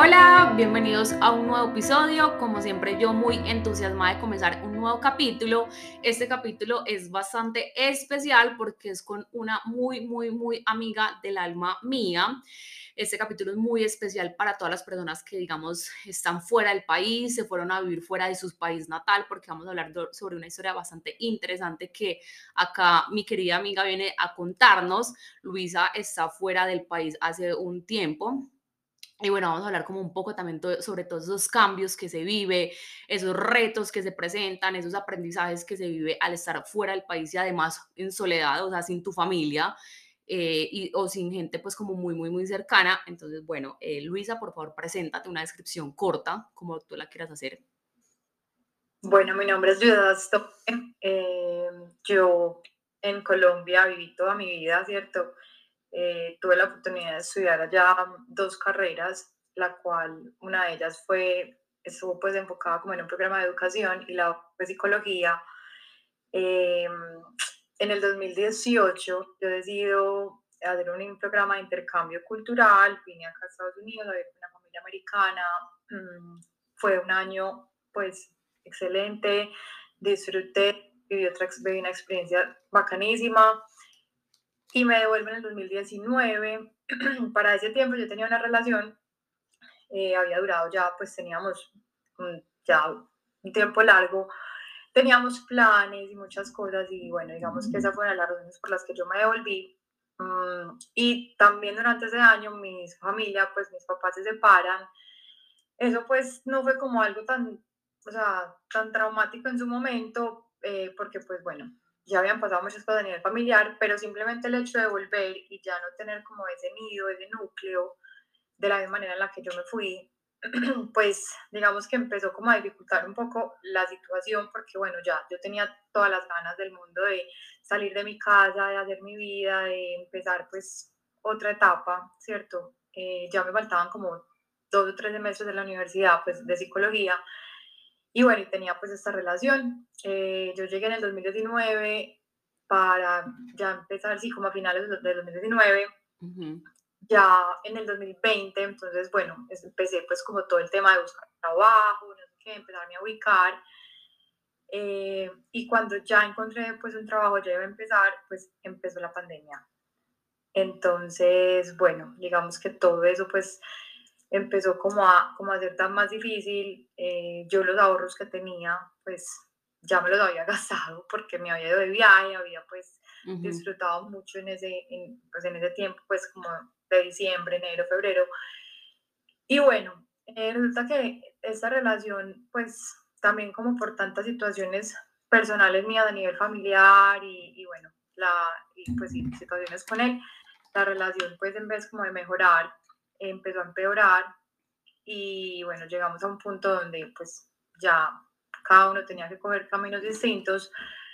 Hola, bienvenidos a un nuevo episodio. Como siempre, yo muy entusiasmada de comenzar un nuevo capítulo. Este capítulo es bastante especial porque es con una muy amiga del alma mía. Este capítulo es muy especial para todas las personas que, digamos, están fuera del país, se fueron a vivir fuera de su país natal, porque vamos a hablar sobre una historia bastante interesante que acá mi querida amiga viene a contarnos. Luisa está fuera del país hace un tiempo. Y bueno, vamos a hablar como un poco también sobre todos esos cambios que se vive, esos retos que se presentan, esos aprendizajes que se vive al estar fuera del país y además en soledad, o sea, sin tu familia o sin gente pues como muy cercana. Entonces, bueno, Luisa, por favor, preséntate una descripción corta, como tú la quieras hacer. Bueno, mi nombre es Luisa Stope. Yo en Colombia viví toda mi vida, ¿cierto? Tuve la oportunidad de estudiar allá dos carreras, la cual una de ellas estuvo pues enfocada como en un programa de educación y la otra fue psicología. Eh, en el 2018 yo decido hacer un programa de intercambio cultural, vine acá a Estados Unidos a ver una familia americana. Fue un año pues excelente, disfruté, viví una experiencia bacanísima y me devuelvo en el 2019. Para ese tiempo yo tenía una relación, había durado ya, pues teníamos ya un tiempo largo, teníamos planes y muchas cosas y bueno, digamos que esa fue una de las razones por las que yo me devolví. Y también durante ese año mi familia, pues mis papás se separan. Eso pues no fue como algo tan, o sea, tan traumático en su momento, porque pues bueno, ya habían pasado muchas cosas a nivel familiar, pero simplemente el hecho de volver y ya no tener como ese nido, ese núcleo, de la misma manera en la que yo me fui, pues digamos que empezó como a dificultar un poco la situación, porque bueno, ya yo tenía todas las ganas del mundo de salir de mi casa, de hacer mi vida, de empezar pues otra etapa, ¿cierto? Ya me faltaban como 2 o 3 semestres de la universidad, pues de psicología, y bueno, y tenía pues esta relación. Yo llegué en el 2019 para ya empezar, sí, como a finales del 2019, Ujú. ya en el 2020. Entonces, bueno, empecé pues como todo el tema de buscar trabajo, no sé qué, empezarme a ubicar. Y cuando ya encontré pues un trabajo, ya iba a empezar, pues empezó la pandemia. Entonces, bueno, digamos que todo eso pues empezó como a ser tan más difícil. Yo los ahorros que tenía, pues ya me los había gastado porque me había ido de viaje, había pues Ujú. disfrutado mucho pues, en ese tiempo, pues como de diciembre, enero, febrero. Y bueno, resulta que esta relación, pues también como por tantas situaciones personales mías a nivel familiar y bueno, y pues sí, situaciones con él, la relación pues en vez como de mejorar, empezó a empeorar. Y bueno, llegamos a un punto donde pues ya cada uno tenía que coger caminos distintos.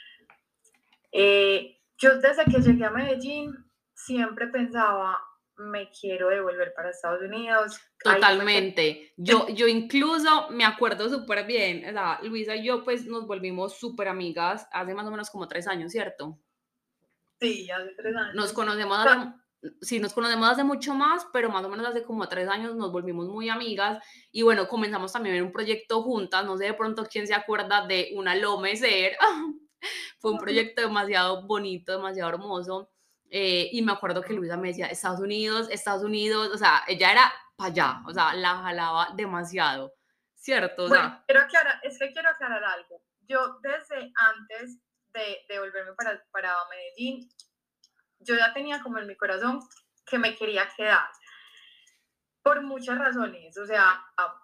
Yo desde que llegué a Medellín siempre pensaba, me quiero devolver para Estados Unidos. Ahí fue que Totalmente. Yo incluso me acuerdo súper bien, o sea, Luisa y yo pues nos volvimos súper amigas hace más o menos como 3 años, ¿cierto? sí, hace 3 años. Nos conocemos O sea, hace, sí, nos conocemos hace mucho más, pero más o menos hace como 3 años nos volvimos muy amigas y bueno, comenzamos también en un proyecto juntas, no sé de pronto quién se acuerda de una Lomecer, fue un proyecto demasiado bonito, demasiado hermoso. Y me acuerdo que Luisa me decía, Estados Unidos, o sea, ella era para allá, o sea, la jalaba demasiado, ¿cierto? O bueno, sea, quiero aclarar algo. Yo desde antes de volverme para Medellín, yo ya tenía como en mi corazón que me quería quedar por muchas razones, o sea,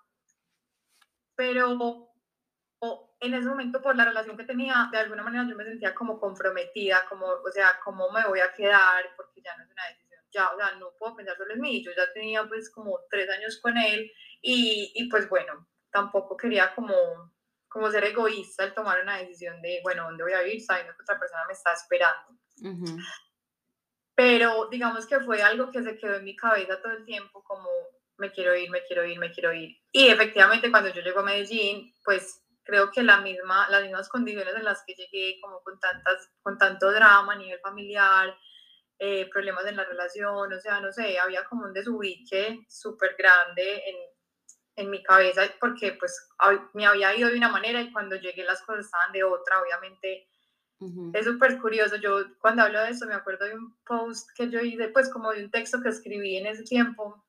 pero en ese momento por la relación que tenía, de alguna manera yo me sentía como comprometida, como, o sea, ¿cómo me voy a quedar? Porque ya no es una decisión, ya, o sea, no puedo pensar solo en mí. Yo ya tenía pues como 3 años con él y pues bueno, tampoco quería como ser egoísta al tomar una decisión de, bueno, ¿dónde voy a vivir? Sabiendo que otra persona me está esperando. ujú. Pero digamos que fue algo que se quedó en mi cabeza todo el tiempo, como me quiero ir, me quiero ir, me quiero ir. Y efectivamente cuando yo llego a Medellín, pues creo que las mismas condiciones en las que llegué, como con tanto drama a nivel familiar, problemas en la relación, o sea, no sé, había como un desubique súper grande en mi cabeza, porque pues me había ido de una manera y cuando llegué las cosas estaban de otra, obviamente. Ujú, Es súper curioso, yo cuando hablo de eso me acuerdo de un post que yo hice, pues como de un texto que escribí en ese tiempo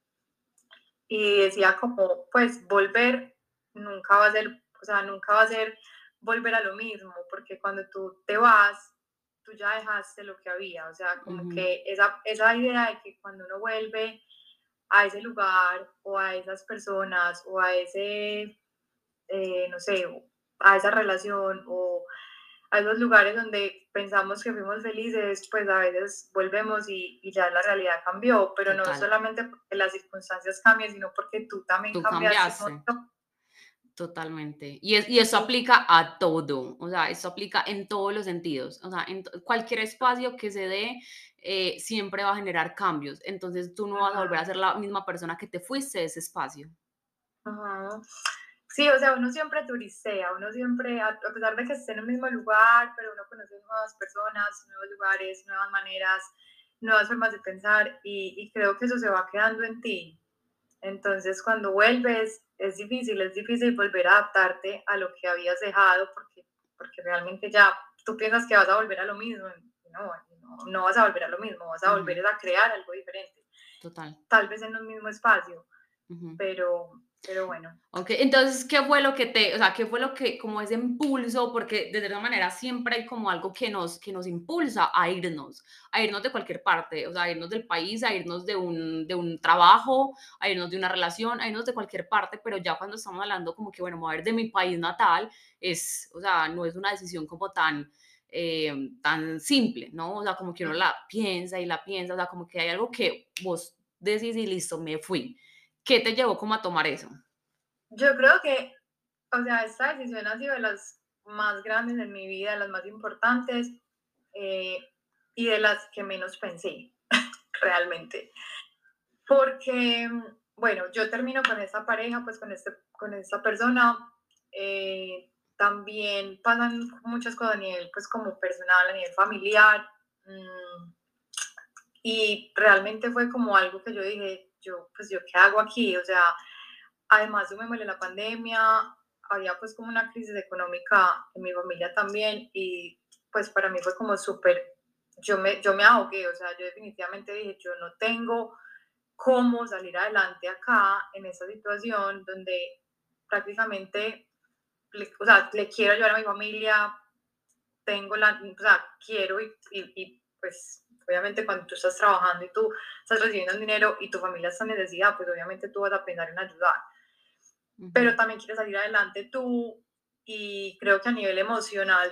y decía como, pues volver nunca va a ser, o sea, nunca va a ser volver a lo mismo, porque cuando tú te vas, tú ya dejaste lo que había, o sea, como ujú, que esa idea de que cuando uno vuelve a ese lugar o a esas personas o a ese, no sé, a esa relación o a esos lugares donde pensamos que fuimos felices, pues a veces volvemos y ya la realidad cambió, pero no total. solamente porque las circunstancias cambian, sino porque tú también Tú cambiaste un cambiaste. montón. Totalmente. Y eso aplica a todo, o sea, eso aplica en todos los sentidos, o sea, cualquier espacio que se dé, siempre va a generar cambios. Entonces tú no vas a volver a Ujú, ser la misma persona que te fuiste de ese espacio. ujú. Sí, o sea, uno siempre turistea, uno siempre, a pesar de que esté en el mismo lugar, pero uno conoce nuevas personas, nuevos lugares, nuevas maneras, nuevas formas de pensar y creo que eso se va quedando en ti. Entonces, cuando vuelves, es difícil volver a adaptarte a lo que habías dejado porque realmente ya tú piensas que vas a volver a lo mismo. No, no vas a volver a lo mismo, vas a Ujú, volver a crear algo diferente, total. tal vez en un mismo espacio, Ujú. pero bueno. Okey, entonces, ¿qué fue lo que o sea, qué fue lo que como ese impulso? Porque de alguna manera siempre hay como algo que nos impulsa a irnos de cualquier parte, o sea, a irnos del país, a irnos de un trabajo, a irnos de una relación, a irnos de cualquier parte, pero ya cuando estamos hablando como que, bueno, me voy a ir de mi país natal, o sea, no es una decisión como tan simple, ¿no? O sea, como que uno la piensa y la piensa, o sea, como que hay algo que vos decís y listo, me fui. ¿Qué te llevó como a tomar eso? Yo creo que, o sea, esta decisión ha sido de las más grandes en mi vida, de las más importantes eh, y de las que menos pensé realmente. Porque, bueno, yo termino con esta pareja, pues con esta persona. También pasan muchas cosas a nivel, pues como personal, a nivel familiar. mm, y realmente fue como algo que yo dije, pues yo, ¿qué hago aquí? O sea, además sumémosle la pandemia, había pues como una crisis económica en mi familia también y pues para mí fue como súper, yo me ahogué, o sea, yo definitivamente dije, yo no tengo cómo salir adelante acá en esta situación donde prácticamente, o sea, le quiero ayudar a mi familia, o sea, quiero pues obviamente cuando tú estás trabajando y tú estás recibiendo un dinero y tu familia está en necesidad, pues obviamente tú vas a pensar en ayudar, pero Ujú. también quieres salir adelante tú y creo que a nivel emocional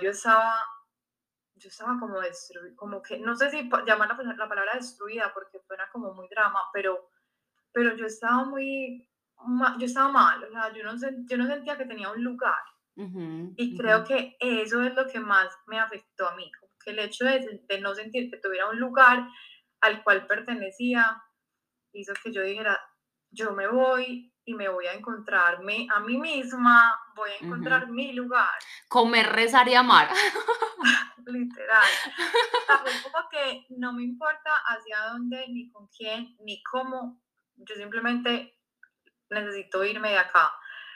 yo estaba como destruida, como que, no sé si llamar la palabra destruida porque suena como muy drama, pero yo estaba yo estaba mal, o sea, yo no sentía que tenía un lugar. Ujú, Y ujú, creo que eso es lo que más me afectó a mí, como que el hecho de no sentir que tuviera un lugar al cual pertenecía, hizo que yo dijera, yo me voy y me voy a encontrarme a mí misma, voy a ujú. encontrar mi lugar, Comer, rezar y amar. literal. O sea, fue como que no me importa hacia dónde, ni con quién, ni cómo, yo simplemente necesito irme de acá.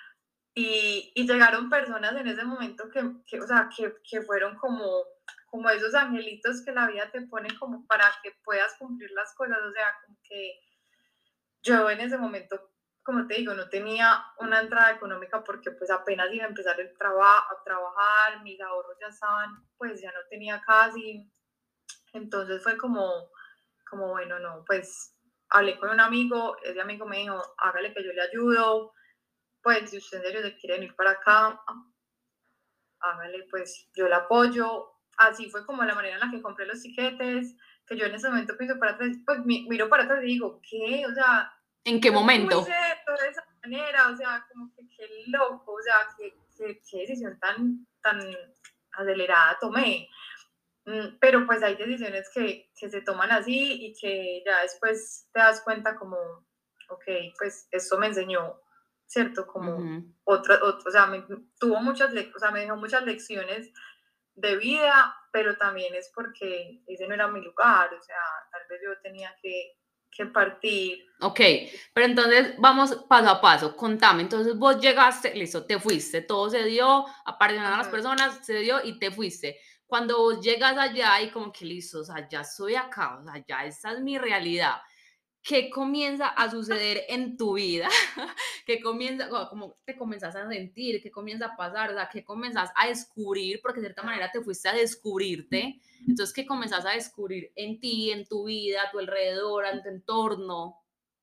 Y llegaron personas en ese momento o sea, que fueron como esos angelitos que la vida te pone como para que puedas cumplir las cosas, o sea, como que yo en ese momento, como te digo, no tenía una entrada económica porque pues apenas iba a empezar a trabajar, mis ahorros ya estaban, pues ya no tenía casi, entonces fue como bueno, no, pues hablé con un amigo, ese amigo me dijo, hágale que yo le ayudo, pues si usted en serio se quiere venir para acá, hágale, pues yo la apoyo. Así fue como la manera en la que compré los tiquetes, que yo en ese momento pienso para atrás, pues miro para atrás y digo, ¿qué? O sea, ¿En qué yo puse momento? todo de esa manera, o sea, como que qué loco, o sea, qué decisión tan acelerada tomé. Pero pues hay decisiones que se toman así y que ya después te das cuenta como, ok, pues esto me enseñó, ¿cierto? Como Ujú, o sea, o sea, me dejó muchas lecciones de vida, pero también es porque ese no era mi lugar, o sea, tal vez yo tenía que que partir. Ok, pero entonces vamos paso a paso. Contame, entonces vos llegaste, listo, te fuiste, todo se dio, aparecieron las Ujú. personas, se dio y te fuiste. Cuando vos llegas allá y como que listo, o sea, ya estoy acá, o sea, ya esta es mi realidad. ¿Qué comienza a suceder en tu vida? ¿Qué comienza, como te comenzás a sentir? ¿Qué comienza a pasar? O sea, ¿qué comenzás a descubrir? Porque de cierta manera te fuiste a descubrirte. Entonces, ¿qué comenzás a descubrir en ti, en tu vida, a tu alrededor, en tu entorno?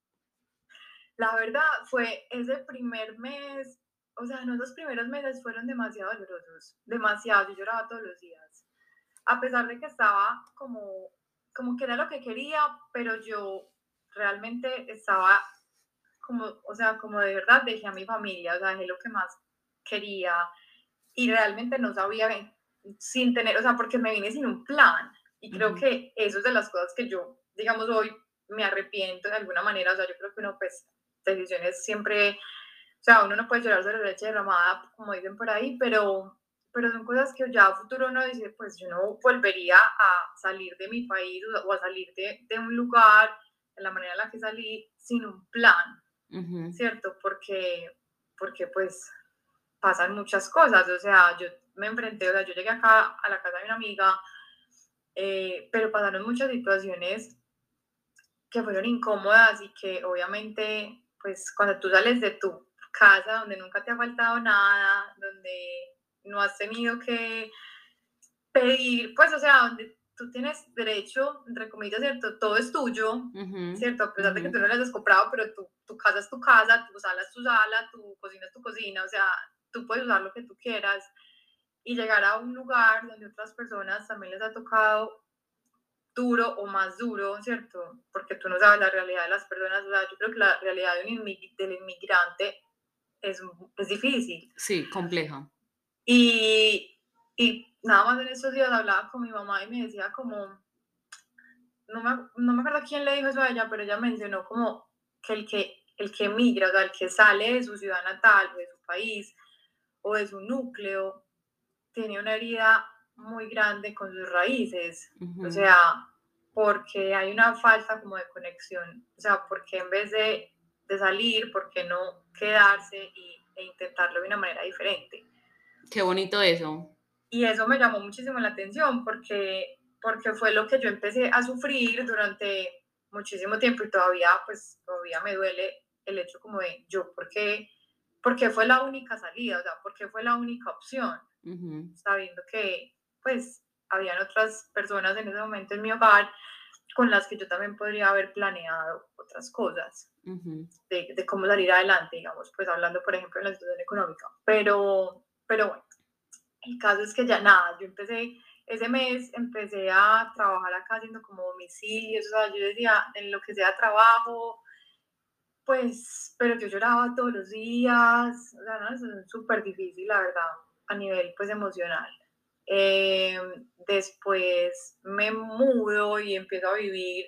La verdad fue ese primer mes, o sea, no, los primeros meses fueron demasiado dolorosos, demasiado, yo lloraba todos los días, a pesar de que estaba como que era lo que quería, pero yo realmente estaba como, o sea, como de verdad dejé a mi familia, o sea, dejé lo que más quería y realmente no sabía sin tener, o sea, porque me vine sin un plan y creo Ujú, que eso es de las cosas que yo, digamos, hoy me arrepiento de alguna manera, o sea, yo creo que uno pues decisiones siempre, o sea, uno no puede llorar sobre la leche derramada, como dicen por ahí, pero son cosas que ya a futuro uno dice, pues yo no volvería a salir de mi país o a salir de un lugar de la manera en la que salí sin un plan, ujú. ¿cierto? Porque pues pasan muchas cosas, o sea, yo me enfrenté, o sea, yo llegué acá a la casa de una amiga, pero pasaron muchas situaciones que fueron incómodas y que obviamente, pues cuando tú sales de tu casa, donde nunca te ha faltado nada, donde no has tenido que pedir, pues, o sea, donde tú tienes derecho, entre comillas, ¿cierto? Todo es tuyo, Ujú, ¿cierto? A pesar de ujú. que tú no lo hayas comprado, pero tu casa es tu casa, tu sala es tu sala, tu cocina es tu cocina, o sea, tú puedes usar lo que tú quieras y llegar a un lugar donde otras personas también les ha tocado duro o más duro, ¿cierto? Porque tú no sabes la realidad de las personas, o sea, yo creo que la realidad de del inmigrante es, es difícil. Sí, compleja. Y, y nada más en estos días hablaba con mi mamá y me decía como, no me acuerdo quién le dijo eso a ella, pero ella mencionó como que el que emigra, o sea, el que sale de su ciudad natal, o de su país, o de su núcleo, tiene una herida muy grande con sus raíces, o Ujú. sea, porque hay una falta como de conexión, o sea, porque en vez de salir, ¿por qué no quedarse e intentarlo de una manera diferente? Qué bonito eso. Y eso me llamó muchísimo la atención porque fue lo que yo empecé a sufrir durante muchísimo tiempo y todavía, pues, todavía me duele el hecho como de yo, ¿por qué fue la única salida? O sea, ¿por qué fue la única opción? Ujú, Sabiendo que, pues, habían otras personas en ese momento en mi hogar con las que yo también podría haber planeado otras cosas ujú. de cómo salir adelante, digamos, pues hablando, por ejemplo, de la situación económica. Pero bueno, el caso es que ya nada, yo empecé, ese mes empecé a trabajar acá haciendo como domicilios, o sea, yo decía, en lo que sea trabajo, pues, pero yo lloraba todos los días, o sea, no, eso es súper difícil, la verdad, a nivel, pues, emocional. Eh, Después me mudo y empiezo a vivir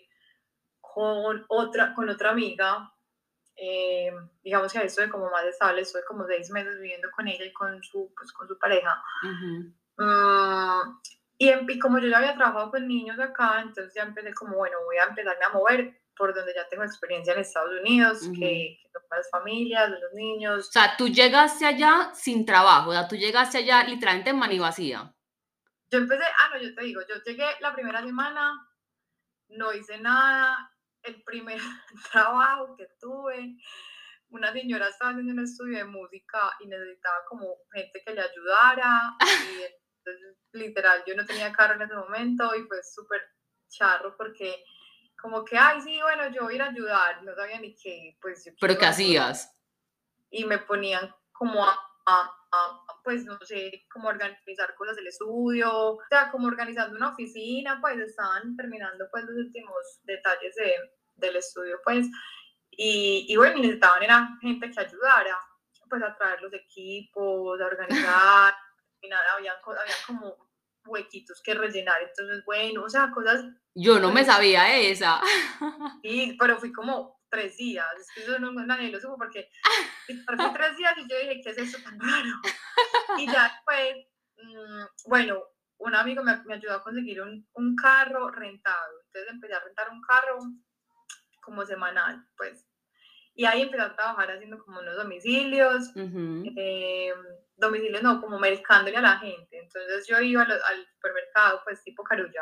con otra amiga, eh, digamos que ahí estuve como más estable, estuve como 6 meses viviendo con ella y con su pareja. Ujú, Mm, y como yo ya había trabajado con niños acá, entonces ya empecé como, bueno, voy a empezarme a mover por donde ya tengo experiencia en Estados Unidos, ujú. que son las familias, los O niños. sea, tú llegaste allá sin trabajo, o sea, tú llegaste allá literalmente en mano vacía. Yo empecé, no, yo te digo, yo llegué la primera semana, no hice nada, el primer trabajo que tuve, una señora estaba haciendo un estudio de música y necesitaba como gente que le ayudara y entonces literal yo no tenía carro en ese momento y fue súper charro porque como que, ay, sí, bueno, yo voy a ir a ayudar, no sabía ni qué, pues yo qué ¿Pero iba qué a ayudar hacías? y me ponían como pues no sé, como organizar cosas del estudio, o sea, como organizando una oficina, pues estaban terminando pues los últimos detalles del estudio, pues, y bueno, necesitaban era gente que ayudara, pues a traer los equipos, a organizar, y nada, habían como huequitos que rellenar, entonces bueno, o sea, cosas, Yo no me pues sabía esa. sí, pero fui como 3 días, es que eso no, nadie lo supo porque fui 3 días y yo dije, ¿qué es esto tan raro? Y ya después, bueno, un amigo me ayudó a conseguir un carro rentado. Entonces empecé a rentar un carro como semanal, pues. Y ahí empecé a trabajar haciendo como unos domicilios, domicilios no, como mercándole a la gente. Entonces yo iba al supermercado, pues tipo Carulla,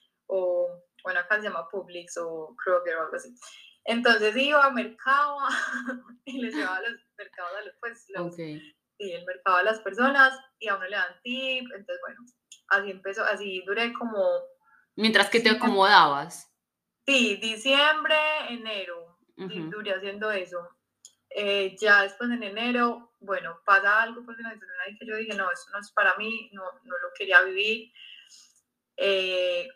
o una acá se llama Publix o Kroger o algo así. Entonces iba, mercaba y les llevaba los mercados a los, pues, Ok. y el mercado a las personas y a uno le dan tip. Entonces, bueno, así empezó, así duré como, Mientras que te sí, acomodabas. sí, diciembre, enero, Ujú. duré haciendo eso. Ya después en enero, bueno, pasa algo pues, en ahí que yo dije, no, eso no es para mí, no, no lo quería vivir. Eh,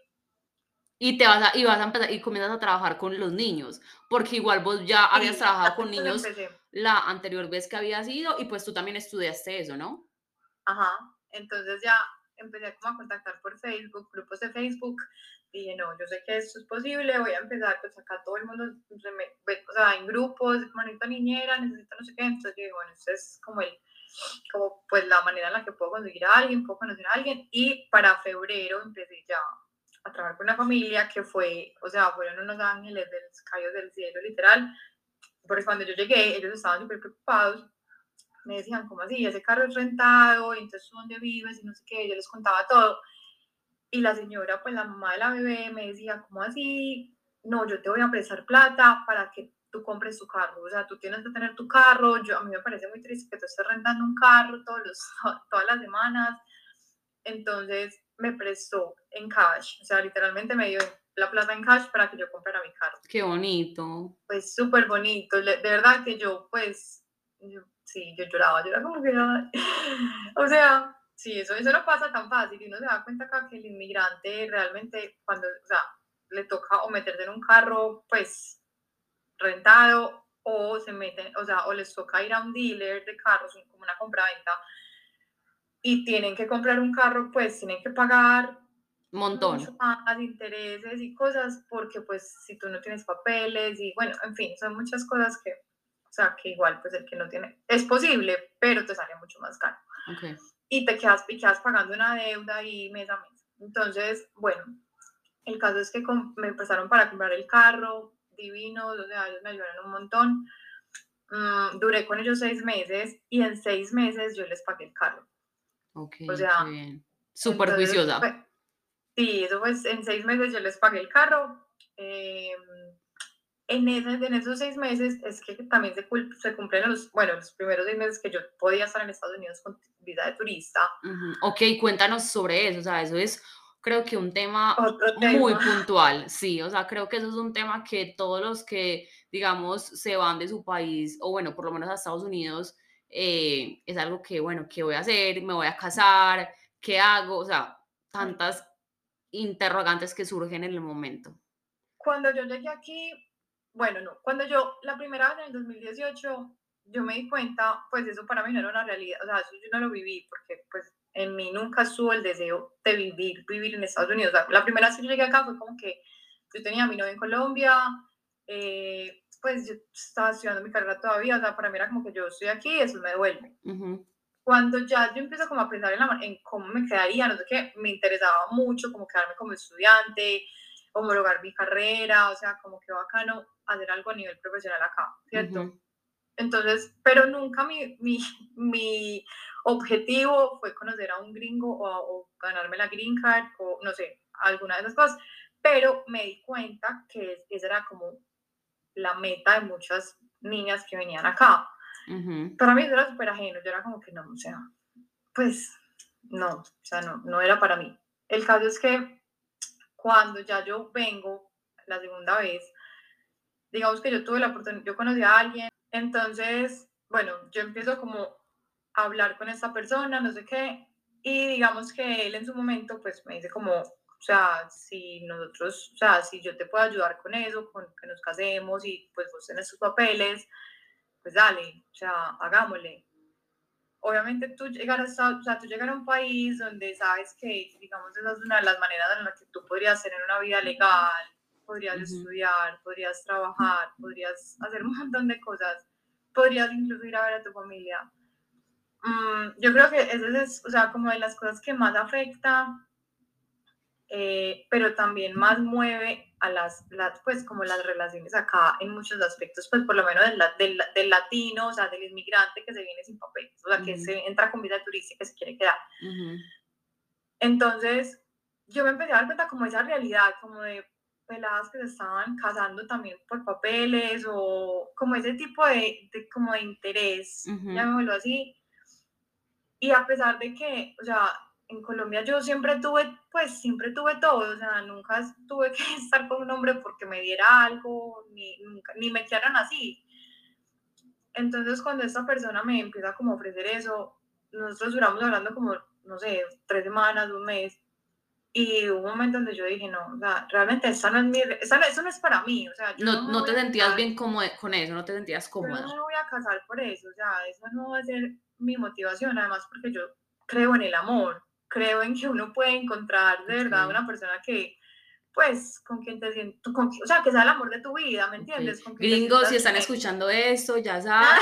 Y vas a empezar y comienzas a trabajar con los niños, porque igual vos ya habías sí, trabajado con después niños empecé, la anterior vez que habías ido y pues tú también estudiaste eso, ¿no? ajá, entonces ya empecé como a contactar por Facebook, grupos de Facebook. Dije, no, yo sé que esto es posible, voy a empezar, pues acá todo el mundo o sea, en grupos, manito niñera, necesito no sé qué. Entonces yo dije, bueno, esto es como pues la manera en la que puedo conseguir a alguien, puedo conocer a alguien. Y para febrero empecé ya a trabajar con una familia que fue, o sea, fueron unos ángeles del caídos del cielo, literal, porque cuando yo llegué, ellos estaban súper preocupados, me decían, ¿cómo así? Ese carro es rentado, y entonces ¿tú dónde vives? Y no sé qué, yo les contaba todo. Y la señora, pues la mamá de la bebé, me decía, ¿cómo así? No, yo te voy a prestar plata para que tú compres tu carro. O sea, tú tienes que tener tu carro. A mí me parece muy triste que tú estés rentando un carro todas las semanas. Entonces me prestó en cash. O sea, literalmente me dio la plata en cash para que yo comprara mi carro. Qué bonito. Pues súper bonito. De verdad que yo, pues, sí, yo lloraba como que, ay. O sea, sí, eso no pasa tan fácil y uno se da cuenta acá que el inmigrante realmente cuando, o sea, le toca o meterse en un carro, pues, rentado o se meten, o sea, o les toca ir a un dealer de carros, como una compraventa, y tienen que comprar un carro, pues tienen que pagar Montón. mucho más intereses y cosas, porque pues si tú no tienes papeles y bueno, en fin, son muchas cosas que, o sea, que igual pues el que no tiene, es posible, pero te sale mucho más caro. Ok. Y quedas pagando una deuda y mes a mes. Entonces, bueno, el caso es que me empezaron para comprar el carro, divinos, o sea, ellos me ayudaron un montón. Duré con ellos 6 meses y en 6 meses yo les pagué el carro. Ok, O qué sea, bien. Súper entonces, juiciosa. sí, eso pues en 6 meses yo les pagué el carro. En esos 6 meses es que también se cumplen bueno, los primeros 6 meses que yo podía estar en Estados Unidos con visa de turista. Ujú. Ok, cuéntanos sobre eso, o sea, eso es, creo que un tema Otro muy tema. puntual, sí, o sea, creo que eso es un tema que todos los que, digamos, se van de su país, o bueno, por lo menos a Estados Unidos, es algo que, bueno, ¿qué voy a hacer? ¿Me voy a casar? ¿Qué hago? O sea, tantas interrogantes que surgen en el momento. Cuando yo llegué aquí, bueno, no, la primera vez en el 2018, yo me di cuenta, pues eso para mí no era una realidad, o sea, eso yo no lo viví, porque pues en mí nunca estuvo el deseo de vivir en Estados Unidos. O sea, la primera vez que yo llegué acá fue como que yo tenía a mi novio en Colombia, pues yo estaba estudiando mi carrera todavía, o sea, para mí era como que yo estoy aquí, eso me devuelve. Ujú, Cuando ya yo empiezo como a pensar en cómo me quedaría, no sé qué, me interesaba mucho como quedarme como estudiante, homologar mi carrera, o sea, como que bacano hacer algo a nivel profesional acá, ¿cierto? ujú, Entonces, pero nunca mi objetivo fue conocer a un gringo o ganarme la green card o no sé, alguna de esas cosas, pero me di cuenta que esa era como la meta de muchas niñas que venían acá. ujú. Para mí eso era súper ajeno, yo era como que no, o sea, pues no, o sea, no, no era para mí. El caso es que cuando ya yo vengo la segunda vez, digamos que yo tuve la oportunidad, yo conocí a alguien, entonces, bueno, yo empiezo como a hablar con esta persona, no sé qué, y digamos que él en su momento, pues me dice como, o sea, si nosotros, o sea, si yo te puedo ayudar con eso, con que nos casemos y pues vos tenés tus papeles, pues dale, o sea, hagámosle. Obviamente o sea, tú llegar a un país donde sabes que, digamos, esa es una de las maneras en las que tú podrías tener una vida legal, podrías Ujú. estudiar, podrías trabajar, podrías hacer un montón de cosas, podrías incluso ir a ver a tu familia. Yo creo que eso es, o sea, como de las cosas que más afecta, pero también más mueve pues como las relaciones acá en muchos aspectos, pues por lo menos del latino, o sea, del inmigrante que se viene sin papeles, o sea, que Ujú, se entra con visa turística y se quiere quedar. ujú, Entonces, yo me empecé a dar cuenta como esa realidad, como de peladas que se estaban casando también por papeles o como ese tipo como de interés, ujú. llamémoslo así. Y a pesar de que, o sea, en Colombia yo siempre tuve todo, o sea, nunca tuve que estar con un hombre porque me diera algo, ni me quedaron así. Entonces, cuando esta persona me empieza como a ofrecer eso, nosotros duramos hablando como, no sé, 3 semanas, un mes, y hubo un momento donde yo dije, no, o sea, realmente eso no es para mí, o sea, yo No, no me no voy te a sentías casar, bien con eso, no te sentías yo no cómoda. me voy a casar por eso, o sea, eso no va a ser mi motivación, además porque yo creo en el amor, creo en que uno puede encontrar de verdad Ok, una persona que, pues, con quien te sientas, o sea, que sea el amor de tu vida, ¿me ok. entiendes? Con quien te Gringos, si sientas están bien. escuchando esto, ya saben.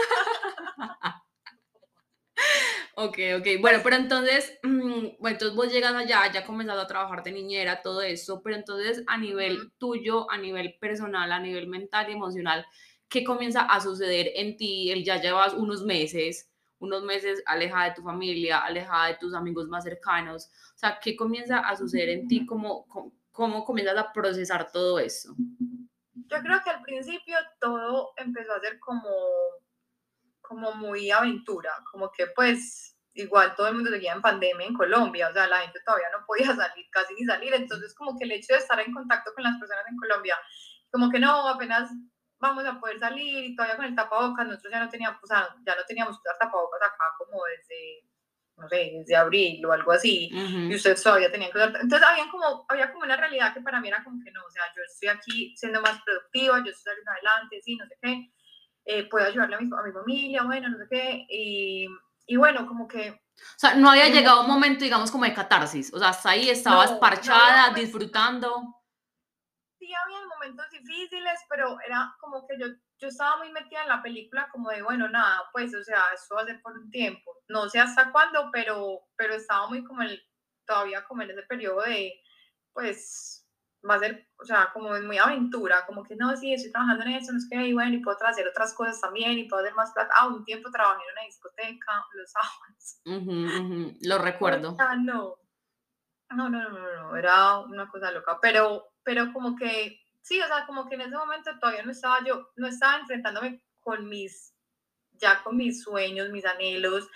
Ok, ok. Bueno, Pues pero entonces, bueno, entonces vos llegas allá, ya comenzado a trabajar de niñera, todo eso, pero entonces a ujú. nivel tuyo, a nivel personal, a nivel mental y emocional, ¿qué comienza a suceder en ti? Él ya llevas unos meses alejada de tu familia, alejada de tus amigos más cercanos. O sea, ¿qué comienza a suceder en ti? ¿Cómo comienzas a procesar todo eso? Yo creo que al principio todo empezó a ser como muy aventura, como que pues igual todo el mundo seguía en pandemia en Colombia, o sea, la gente todavía no podía salir, casi ni salir, entonces como que el hecho de estar en contacto con las personas en Colombia, como que no, apenas vamos a poder salir y todavía con el tapabocas, nosotros ya no teníamos, o sea, ya no teníamos que usar tapabocas acá como desde, no sé, desde abril o algo así, y Ujú, ustedes todavía tenían que usar, entonces había como una realidad que para mí era como que no, o sea, yo estoy aquí siendo más productiva, yo estoy saliendo adelante, sí, no sé qué, puedo ayudarle a mi familia, bueno, no sé qué, y bueno, como que o sea, no había en el llegado un momento, momento, digamos, como de catarsis. O sea, hasta ahí estabas no había parchada, momentos, disfrutando. sí había momentos difíciles, pero era como que yo estaba muy metida en la película, como de, bueno, nada, pues, o sea, esto va a ser por un tiempo, no sé hasta cuándo, pero estaba muy todavía como en ese periodo de, pues, va a ser, o sea, como es muy aventura, como que no, sí, estoy trabajando en eso, no es que, y bueno, y puedo hacer otras cosas también, y puedo hacer más plata. Un tiempo trabajé en una discoteca, los sábados. Ujú, ujú, lo O recuerdo. sea, no, no, no, no, no, no, era una cosa loca, pero como que, sí, o sea, como que en ese momento todavía no estaba enfrentándome con mis sueños, mis anhelos,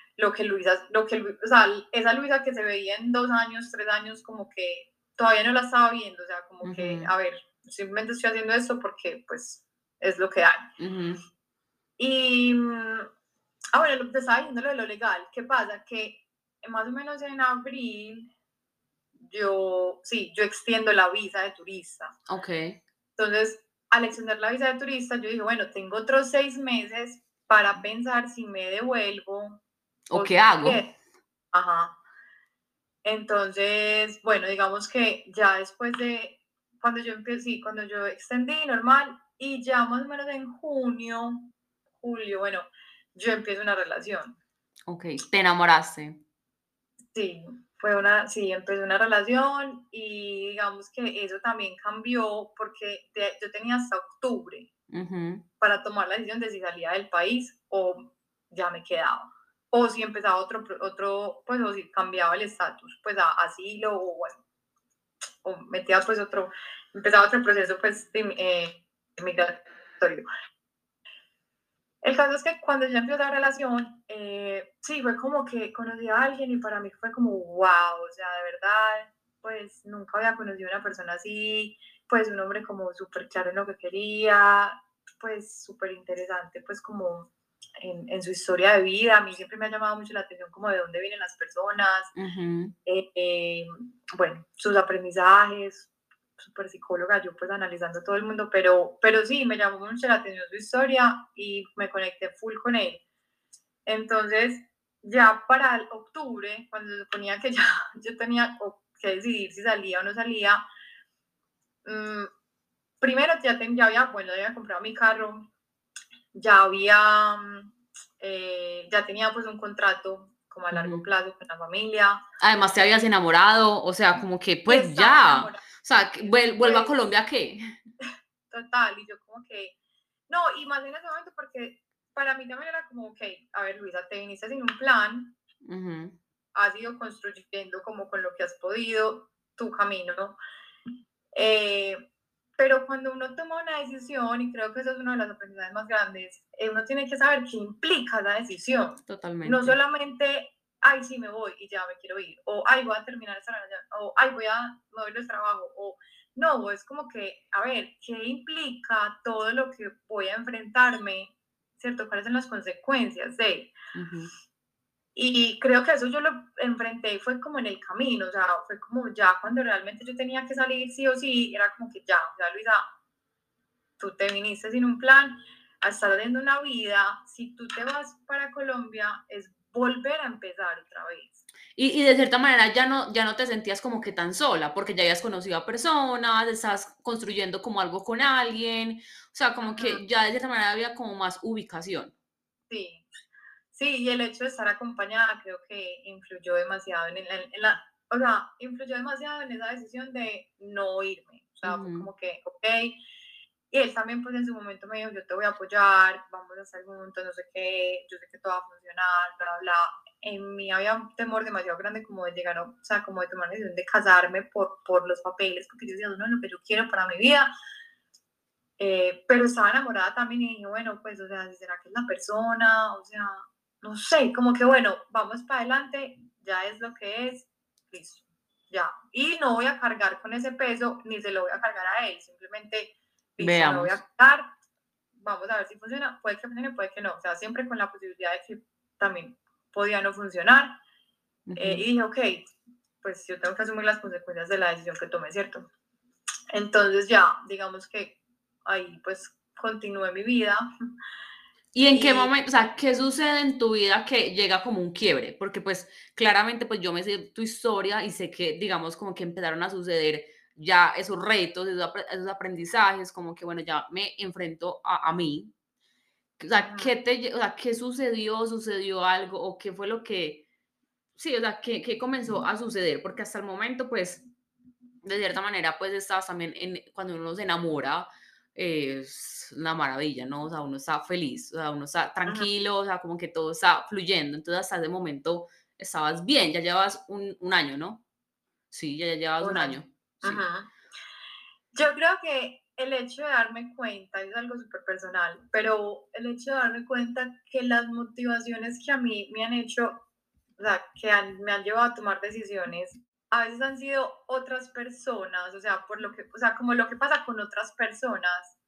o sea, esa Luisa que se veía en 2 años, 3 años, como que todavía no la estaba viendo, o sea, como que, Ujú, a ver, simplemente estoy haciendo esto porque, pues, es lo que hay. ujú, Y, bueno, te estaba diciendo lo de lo legal, ¿qué pasa? Que más o menos en abril, yo extiendo la visa de turista. okey. Entonces, al extender la visa de turista, yo dije, bueno, tengo otros 6 meses para pensar si me devuelvo ¿O o qué si me hago? quedo. Ajá. Entonces, bueno, digamos que ya después de, cuando yo empecé, sí, cuando yo extendí normal, y ya más o menos en junio, julio, bueno, yo empiezo una relación. Okey, te enamoraste. Sí, sí, empecé una relación y digamos que eso también cambió porque yo tenía hasta octubre Ujú, para tomar la decisión de si salía del país o ya me quedaba. O si empezaba pues, o si cambiaba el estatus, pues a asilo o bueno, o metía pues empezaba otro proceso pues migratorio. El caso es que cuando yo empecé la relación, sí, fue como que conocí a alguien y para mí fue como, wow, o sea, de verdad, pues nunca había conocido a una persona así, pues un hombre como súper claro en lo que quería, pues súper interesante, pues como en su historia de vida. A mí siempre me ha llamado mucho la atención como de dónde vienen las personas, ujú, eh, eh, bueno, sus aprendizajes, súper psicóloga, yo pues analizando todo el mundo, pero sí, me llamó mucho la atención su historia y me conecté full con él. Entonces, ya para el octubre, cuando se suponía que ya yo tenía que decidir si salía o no salía, mm, primero bueno, ya había comprado mi carro, ya ya tenía pues un contrato como a largo ujú. plazo con la familia Además, te habías enamorado, o sea, como que, y pues, estaba ya. O enamorada. sea, vuelva a Pues Colombia, ¿qué? total, y yo como que, no, y más en ese momento porque para mí también era como, ok, a ver Luisa, te viniste sin un plan, Ujú, has ido construyendo como con lo que has podido tu camino. Eh, pero cuando uno toma una decisión, y creo que eso es uno de los aprendizajes más grandes, uno tiene que saber qué implica la decisión. No totalmente. solamente, ay, sí, me voy y ya me quiero ir, o ay, voy a terminar esta hora, o ay, me voy del trabajo, o no, es como que, a ver, ¿qué implica todo lo que voy a enfrentarme? ¿Cierto? ¿Cuáles son las consecuencias de? Ujú. Y creo que eso yo lo enfrenté y fue como en el camino, o sea, fue como ya cuando realmente yo tenía que salir sí o sí, era como que ya, o sea, Luisa, tú te viniste sin un plan, a estar haciendo una vida, si tú te vas para Colombia es volver a empezar otra vez. Y de cierta manera ya no te sentías como que tan sola, porque ya habías conocido a personas, estás construyendo como algo con alguien, o sea, como Ujú, que ya de cierta manera había como más ubicación. sí, sí, y el hecho de estar acompañada creo que influyó demasiado o sea, influyó demasiado en esa decisión de no irme, o sea, fue Ujú. como que, ok, y él también, pues en su momento me dijo, yo te voy a apoyar, vamos a estar juntos, no sé qué, yo sé que todo va a funcionar, bla, bla. En mí había un temor demasiado grande como de llegar, o sea, como de tomar la decisión de casarme por los papeles, porque yo decía, no, lo que yo quiero para mi vida. Pero estaba enamorada también y dije, bueno, pues, o sea, si será que es la persona, o sea, no sé, como que bueno, vamos para adelante, ya es lo que es, listo, ya. Y no voy a cargar con ese peso, ni se lo voy a cargar a él, simplemente, listo, me voy a Veamos. quedar, vamos a ver si funciona, puede que funcione, puede que no, o sea, siempre con la posibilidad de que también podía no funcionar. Y Ujú. dije, ok, pues yo tengo que asumir las consecuencias de la decisión que tomé, ¿cierto? Entonces ya, digamos que ahí pues continué mi vida ¿Y en qué y momento, o sea, qué sucede en tu vida que llega como un quiebre? Porque pues claramente pues yo me sé tu historia y sé que digamos como que empezaron a suceder ya esos retos, esos aprendizajes, como que bueno, ya me enfrento a mí. O sea, uh, o sea, ¿qué sucedió? ¿Sucedió algo? ¿O qué fue lo que, sí, o sea, qué comenzó a suceder? Porque hasta el momento pues de cierta manera, pues estabas también cuando uno se enamora, es una maravilla, ¿no? O sea, uno está feliz, o sea, uno está uh, tranquilo, o sea, como que todo está fluyendo. Entonces, hasta ese momento estabas bien, ya llevas un año, ¿no? Sí, ya llevas un un año. año, sí. Uh, yo creo que el hecho de darme cuenta, es algo súper personal, pero el hecho de darme cuenta que las motivaciones que a mí me han hecho, o sea, me han llevado a tomar decisiones, a veces han sido otras personas, o sea, por lo que, o sea, como lo que pasa con otras personas,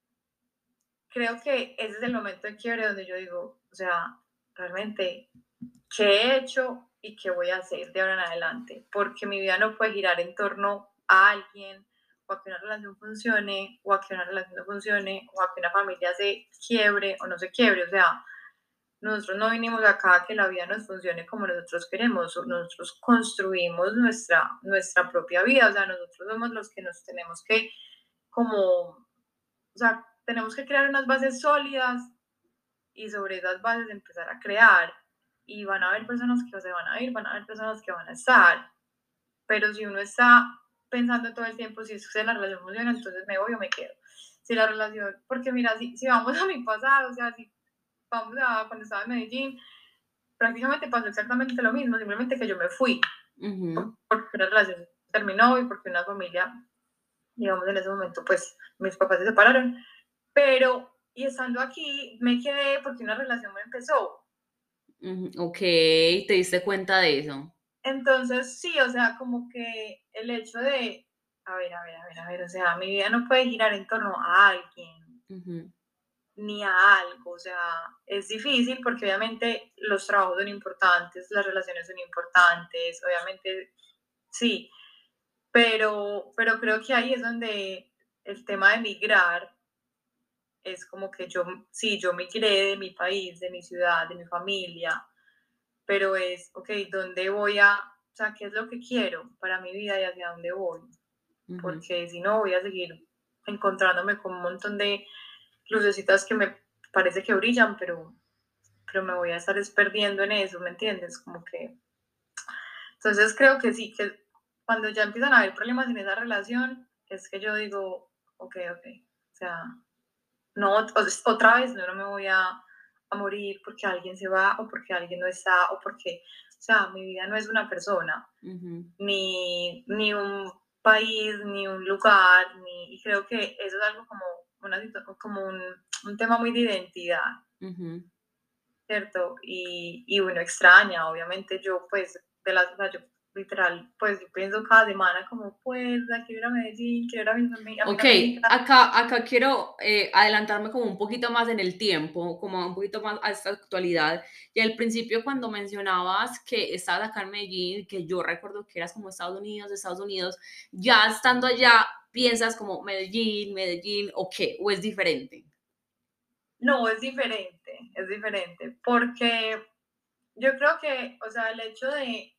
creo que ese es el momento de quiebre donde yo digo, o sea, realmente, ¿qué he hecho y qué voy a hacer de ahora en adelante? Porque mi vida no puede girar en torno a alguien, o a que una relación funcione, o a que una relación no funcione, o a que una familia se quiebre o no se quiebre. O sea, nosotros no vinimos acá a que la vida nos funcione como nosotros queremos, nosotros construimos nuestra propia vida, o sea, nosotros somos los que nos tenemos que como, o sea, tenemos que crear unas bases sólidas y sobre esas bases empezar a crear. Y van a haber personas que se van a ir, van a haber personas que van a estar, pero si uno está pensando todo el tiempo si es que la relación funciona, entonces me voy o me quedo. Si la relación, porque mira, si vamos a mi pasado, o sea, si vamos a cuando estaba en Medellín, prácticamente pasó exactamente lo mismo, simplemente que yo me fui, Ujú. porque una relación terminó y porque una familia, digamos, en ese momento, pues mis papás se separaron, pero y estando aquí me quedé porque una relación me empezó. Ujú, okey, te diste cuenta de eso. Entonces, sí, o sea, como que el hecho de, a ver, o sea, mi vida no puede girar en torno a alguien Ujú, ni a algo, o sea, es difícil porque obviamente los trabajos son importantes, las relaciones son importantes, obviamente sí, pero creo que ahí es donde el tema de migrar es como que yo, sí, yo migré de mi país, de mi ciudad, de mi familia, pero es, ok, ¿dónde voy a, o sea, qué es lo que quiero para mi vida y hacia dónde voy? ujú. Porque si no, voy a seguir encontrándome con un montón de lucecitas que me parece que brillan, pero me voy a estar perdiendo en eso, ¿me entiendes? Como que, entonces creo que sí, que cuando ya empiezan a haber problemas en esa relación, es que yo digo, ok, o sea, no, otra vez no me voy a morir porque alguien se va o porque alguien no está o porque, o sea, mi vida no es una persona, Ujú, ni un país, ni un lugar, y creo que eso es algo como, como un tema muy de identidad, ujú. ¿cierto? Y uno extraña, obviamente yo pues, o sea, yo literal, pues yo pienso cada semana como, pues, la quiero ir a Medellín, quiero ir a mis Ok, amigas. acá quiero adelantarme como un poquito más en el tiempo, como un poquito más a esta actualidad. Y al principio cuando mencionabas que estabas acá en Medellín, que yo recuerdo que eras como Estados Unidos, ya estando allá, ¿piensas como Medellín, Medellín o qué? ¿O es diferente? No, es diferente, porque yo creo que, o sea, el hecho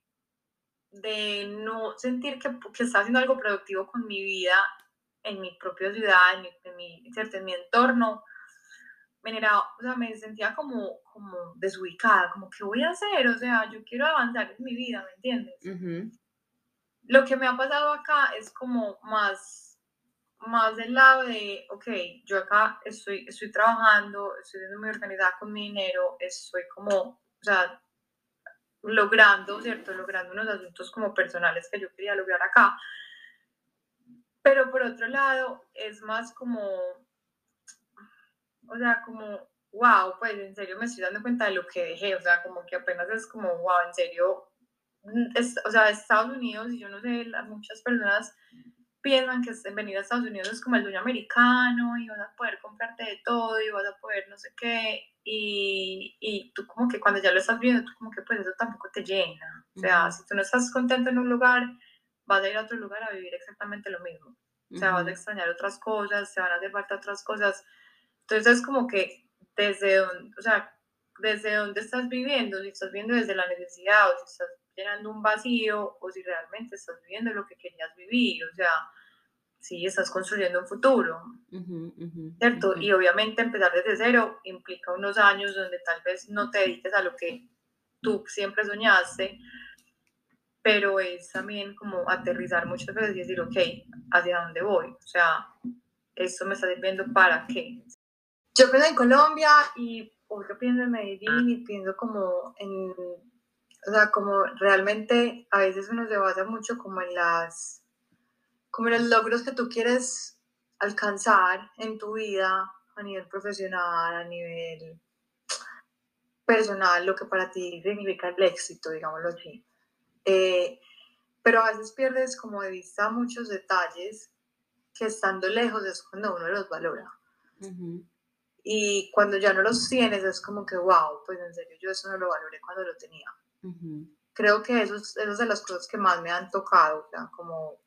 de no sentir que está haciendo algo productivo con mi vida en mi propia ciudad, ¿cierto? En mi entorno, me generaba, o sea, me sentía como desubicada, como, ¿qué voy a hacer? O sea, yo quiero avanzar en mi vida, ¿me entiendes? Ujú, Lo que me ha pasado acá es como más del lado de, ok, yo acá estoy trabajando, estoy siendo muy organizada con mi dinero, estoy como, o sea, logrando, ¿cierto? Logrando unos asuntos como personales que yo quería lograr acá. Pero por otro lado, es más como, o sea, como, wow, pues en serio me estoy dando cuenta de lo que dejé, o sea, como que apenas es como, wow, en serio, o sea, Estados Unidos, y yo no sé, muchas personas piensan que venir a Estados Unidos es como el sueño americano y vas a poder comprarte de todo y vas a poder no sé qué. Y tú como que cuando ya lo estás viendo, tú como que pues eso tampoco te llena. O sea, ujú, si tú no estás contento en un lugar, vas a ir a otro lugar a vivir exactamente lo mismo. O sea, vas a ujú, extrañar otras cosas, te van a hacer falta otras cosas. Entonces es como que desde donde, o sea, desde dónde estás viviendo, si estás viviendo desde la necesidad o si estás llenando un vacío o si realmente estás viviendo lo que querías vivir, o sea, si estás construyendo un futuro, ujú, ujú, ¿cierto? ok. Y obviamente empezar desde cero implica unos años donde tal vez no te dediques a lo que tú siempre soñaste, pero es también como aterrizar muchas veces y decir, ok, ¿hacia dónde voy? O sea, esto me está sirviendo para qué. Yo pienso en Colombia y otro pienso en Medellín y pienso como en, o sea, como realmente a veces uno se basa mucho como en los logros que tú quieres alcanzar en tu vida a nivel profesional, a nivel personal, lo que para ti significa el éxito, digámoslo así. Eh, pero a veces pierdes como de vista muchos detalles que estando lejos es cuando uno los valora. Ujú, Y cuando ya no los tienes es como que, wow, pues en serio, yo eso no lo valoré cuando lo tenía. ujú, Creo que eso es de las cosas que más me han tocado, o sea,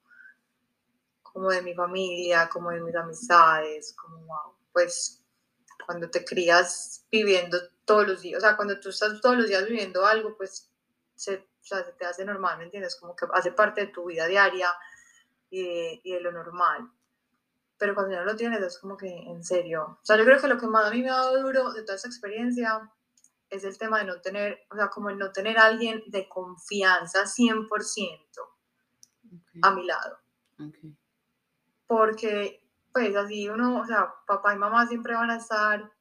como de mi familia, como de mis amistades, como, wow, pues cuando te crías viviendo todos los días, o sea, cuando tú estás todos los días viviendo algo, pues o sea, se te hace normal, ¿me entiendes? Como que hace parte de tu vida diaria y de lo normal. Pero cuando ya no lo tienes es como que, en serio. O sea, yo creo que lo que más a mí me ha dado duro de toda esa experiencia es el tema de no tener, o sea, como el no tener a alguien de confianza 100% ok, a mi lado. ok. Porque, pues así uno, o sea, papá y mamá siempre van a estar,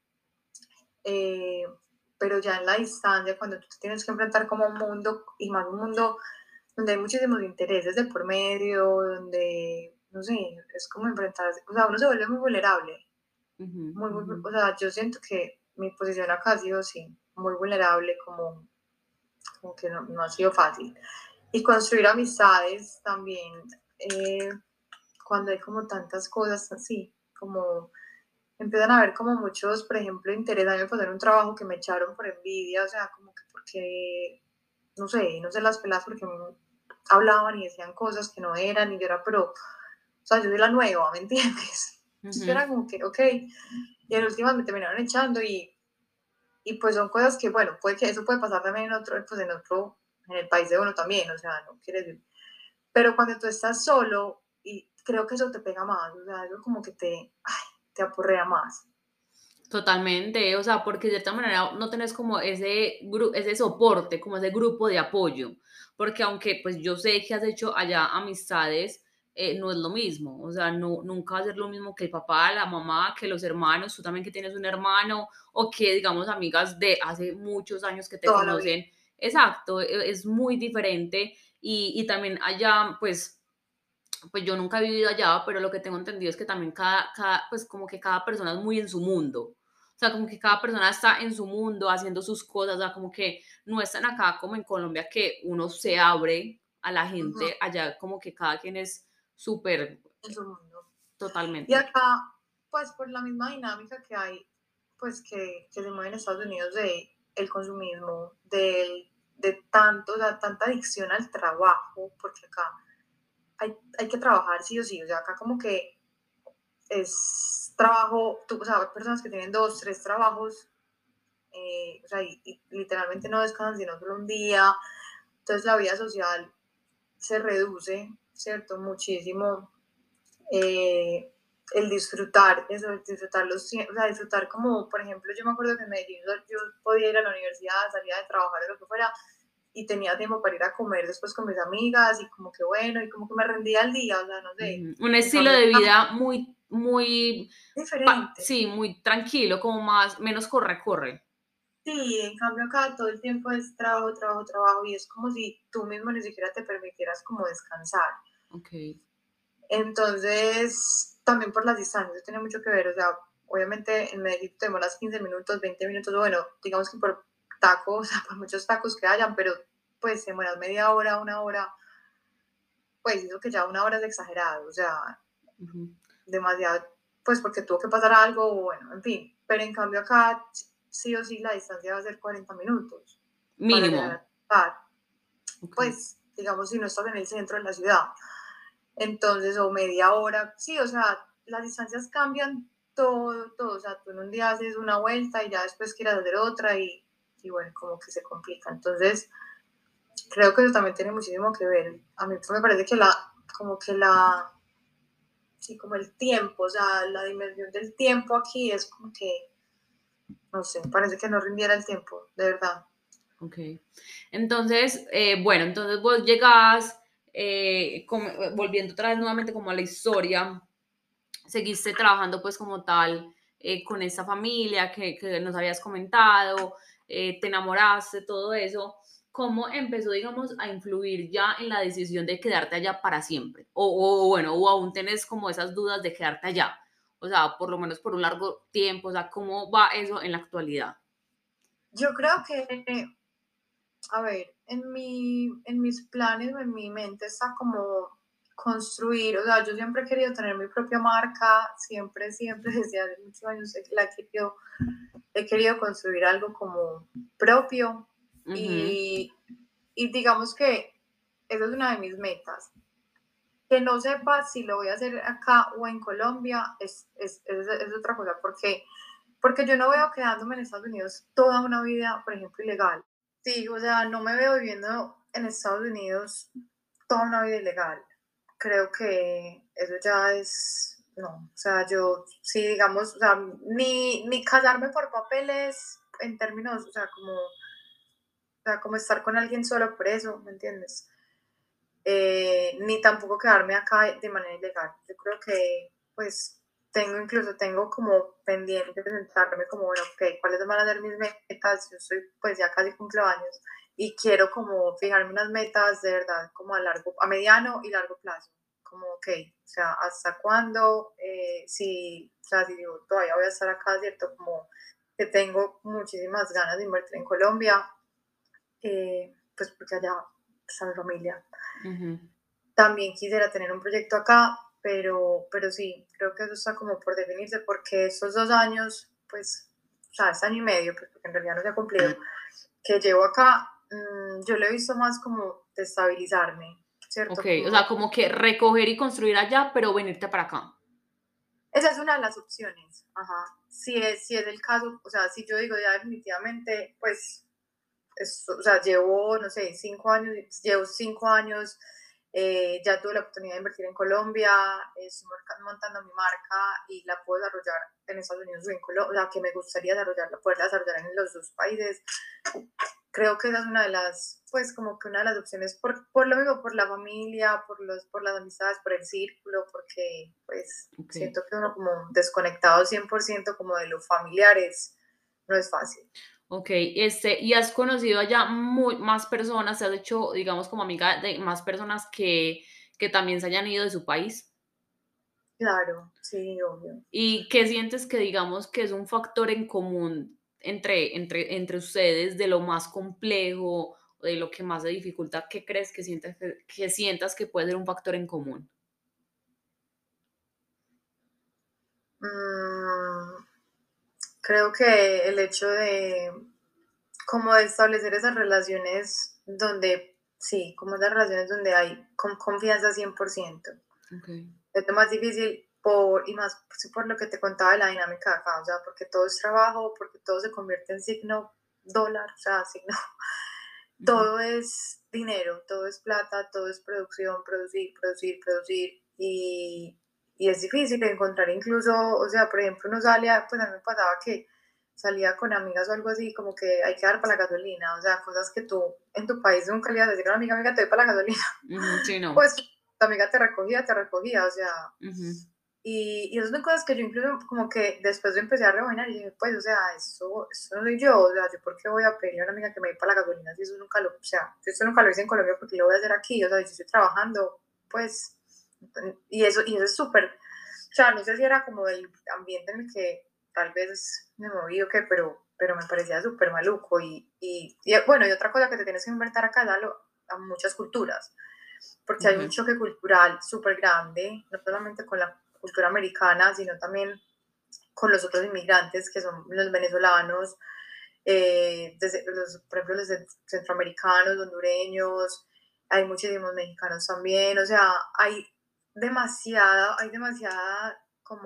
eh, pero ya en la distancia, cuando tú te tienes que enfrentar como a un mundo, y más un mundo donde hay muchísimos intereses de por medio, donde, no sé, es como enfrentarse, o sea, uno se vuelve muy vulnerable, Ujú, ujú, o sea, yo siento que mi posición acá ha sido, sí, muy vulnerable, como que no ha sido fácil. Y construir amistades también, eh, cuando hay como tantas cosas así, como empiezan a haber como muchos, por ejemplo, interés. A mí me pasó en un trabajo que me echaron por envidia, o sea, como que porque, no sé las pelas porque hablaban y decían cosas que no eran, y yo era, pero, o sea, yo soy la nueva, ¿me entiendes? Entonces yo ujú. era como que, ok, y en últimas me terminaron echando y pues son cosas que, bueno, puede que eso puede pasar también pues en el país de uno también, o sea, no quiere decir, pero cuando tú estás solo, y creo que eso te pega más, o sea, algo como que te aporrea más. Totalmente, o sea, porque de cierta manera no tenés como ese soporte, como ese grupo de apoyo, porque aunque pues yo sé que has hecho allá amistades, no es lo mismo, o sea, no, nunca va a ser lo mismo que el papá, la mamá, que los hermanos, tú también que tienes un hermano, o que digamos amigas de hace muchos años que te toda la vida. conocen, exacto, es muy diferente y también allá pues yo nunca he vivido allá, pero lo que tengo entendido es que también pues como que cada persona es muy en su mundo. O sea, como que cada persona está en su mundo haciendo sus cosas, o sea, como que no están acá como en Colombia que uno se abre a la Ujú, gente, allá como que cada quien es súper en su mundo. Y totalmente. acá, pues por la misma dinámica que hay, pues que se mueve en Estados Unidos de el consumismo, de tanto, o sea, tanta adicción al trabajo, porque acá hay que trabajar sí o sí, o sea, acá como que es trabajo, o sea, hay personas que tienen dos, tres trabajos, o sea, y literalmente no descansan sino solo un día, entonces la vida social se reduce, ¿cierto? Muchísimo. eh, el disfrutar, eso, el disfrutar los, o sea, disfrutar como, por ejemplo, yo me acuerdo que en Medellín yo podía ir a la universidad, salía de trabajar o lo que fuera, y tenía tiempo para ir a comer después con mis amigas, y como que bueno, y como que me rendía al día, o sea, no sé, Ujú. Un en estilo cambio de acá, vida muy, muy, diferente. sí, muy tranquilo, como más, menos corre-corre. Sí, en cambio acá todo el tiempo es trabajo, trabajo, trabajo, y es como si tú mismo ni siquiera te permitieras como descansar. Ok. Entonces, también por las distancias tiene mucho que ver, o sea, obviamente en Medellín te demoras 15 minutos, 20 minutos, bueno, digamos que por tacos, o sea, por muchos tacos que hayan, pero pues te demoras media hora, una hora, pues eso que ya una hora es exagerado, o sea, Ujú. demasiado, pues porque tuvo que pasar algo, o bueno, en fin, pero en cambio acá sí o sí la distancia va a ser 40 minutos para Mínimo. llegar a lugar, Ok. pues digamos si no estás en el centro de la ciudad. Entonces, o media hora, sí, o sea, las distancias cambian todo, todo, o sea, tú en un día haces una vuelta y ya después quieres hacer otra y bueno, como que se complica. Entonces, creo que eso también tiene muchísimo que ver. A mí me parece que como que sí, como el tiempo, o sea, la dimensión del tiempo aquí es como que, no sé, parece que no rindiera el tiempo, de verdad. Ok. Entonces, bueno, entonces vos llegás, volviendo otra vez nuevamente como a la historia, seguiste trabajando pues como tal con esta familia que nos habías comentado, te enamoraste, todo eso. ¿Cómo empezó, digamos, a influir ya en la decisión de quedarte allá para siempre? Bueno, o aún tenés como esas dudas de quedarte allá. O sea, por lo menos por un largo tiempo, o sea, ¿cómo va eso en la actualidad? Yo creo que a ver, en mis planes o en mi mente está como construir, o sea, yo siempre he querido tener mi propia marca, siempre, siempre, desde hace muchos años he querido construir algo como propio Ujú. y, y digamos que esa es una de mis metas. Que no sepa si lo voy a hacer acá o en Colombia es otra cosa, porque yo no veo quedándome en Estados Unidos toda una vida, por ejemplo, ilegal. Sí, o sea, no me veo viviendo en Estados Unidos toda una vida ilegal. Creo que eso ya es, no, o sea, yo sí, digamos, o sea, ni casarme por papeles en términos, o sea, como estar con alguien solo por eso, ¿me entiendes? Ni tampoco quedarme acá de manera ilegal. Yo creo que, pues, tengo como pendiente presentarme como, bueno, ok, ¿cuáles van a ser mis metas? Yo soy, pues, ya casi cumplo años y quiero como fijarme unas metas de verdad, como a mediano y largo plazo. Como, ok, o sea, ¿hasta cuándo? Si, o sea, si digo, todavía voy a estar acá, ¿cierto? Como que tengo muchísimas ganas de invertir en Colombia, pues porque allá está mi familia. Ujú. También quisiera tener un proyecto acá, pero sí, creo que eso está como por definirse, porque estos 2 años, pues, o sea, este año y medio, pues, porque en realidad no se ha cumplido, que llevo acá, yo lo he visto más como de Ok, ¿cierto? o sea, Como, como que recoger y construir allá, pero venirte para acá. esa es una de las opciones, ajá. Si es el caso, o sea, si yo digo ya definitivamente, pues, o sea, llevo, no sé, 5 años, llevo 5 años Ya tuve la oportunidad de invertir en Colombia, estoy montando mi marca y la puedo desarrollar en Estados Unidos o en Colombia, o sea, que me gustaría desarrollarla, poderla desarrollar en los dos países. Creo que esa es una de las, pues como que una de las opciones, por lo mismo, por la familia, por las amistades, por el círculo, porque pues Ok. siento que uno como desconectado 100% como de los familiares no es fácil. Ok, ¿y has conocido allá más personas? ¿Te has hecho, digamos, como amiga de más personas que también se hayan ido de su país? Claro, sí, obvio. ¿Y qué sientes que, digamos, que es un factor en común entre ustedes de lo más complejo o de lo que más se dificulta? ¿Qué crees que sientas que puede ser un factor en común? Mm, creo que el hecho de como de establecer esas relaciones donde, sí, como esas relaciones donde hay confianza 100%. Ok. Es lo más difícil y más pues, por lo que te contaba de la dinámica de acá, o sea, porque todo es trabajo, porque todo se convierte en signo dólar, o sea, signo, Ujú. todo es dinero, todo es plata, todo es producción, producir, producir, producir, y es difícil encontrar incluso, o sea, por ejemplo, uno sale, pues a mí me pasaba que salía con amigas o algo así, como que hay que dar para la gasolina, o sea, cosas que tú en tu país nunca le ibas a decir a una amiga, amiga, te doy para la gasolina, Ujú, sí, no. pues tu amiga te recogía, o sea, Ujú, y esas son cosas que yo incluso como que después yo empecé a rebobinar y dije, pues, o sea, eso no soy yo, o sea, yo por qué voy a pedirle a una amiga que me dé para la gasolina si eso nunca lo, o sea, si eso nunca lo hice en Colombia, porque lo voy a hacer aquí, o sea, si yo estoy trabajando, pues, y eso es súper, o sea, no sé si era como el ambiente en el que tal vez me moví o qué, pero me parecía súper maluco y bueno, y otra cosa que te tienes que inventar acá es a muchas culturas porque hay un ok. choque cultural súper grande, no solamente con la cultura americana, sino también con los otros inmigrantes, que son los venezolanos, por ejemplo, los centroamericanos, hondureños, hay muchísimos mexicanos también, o sea, hay demasiada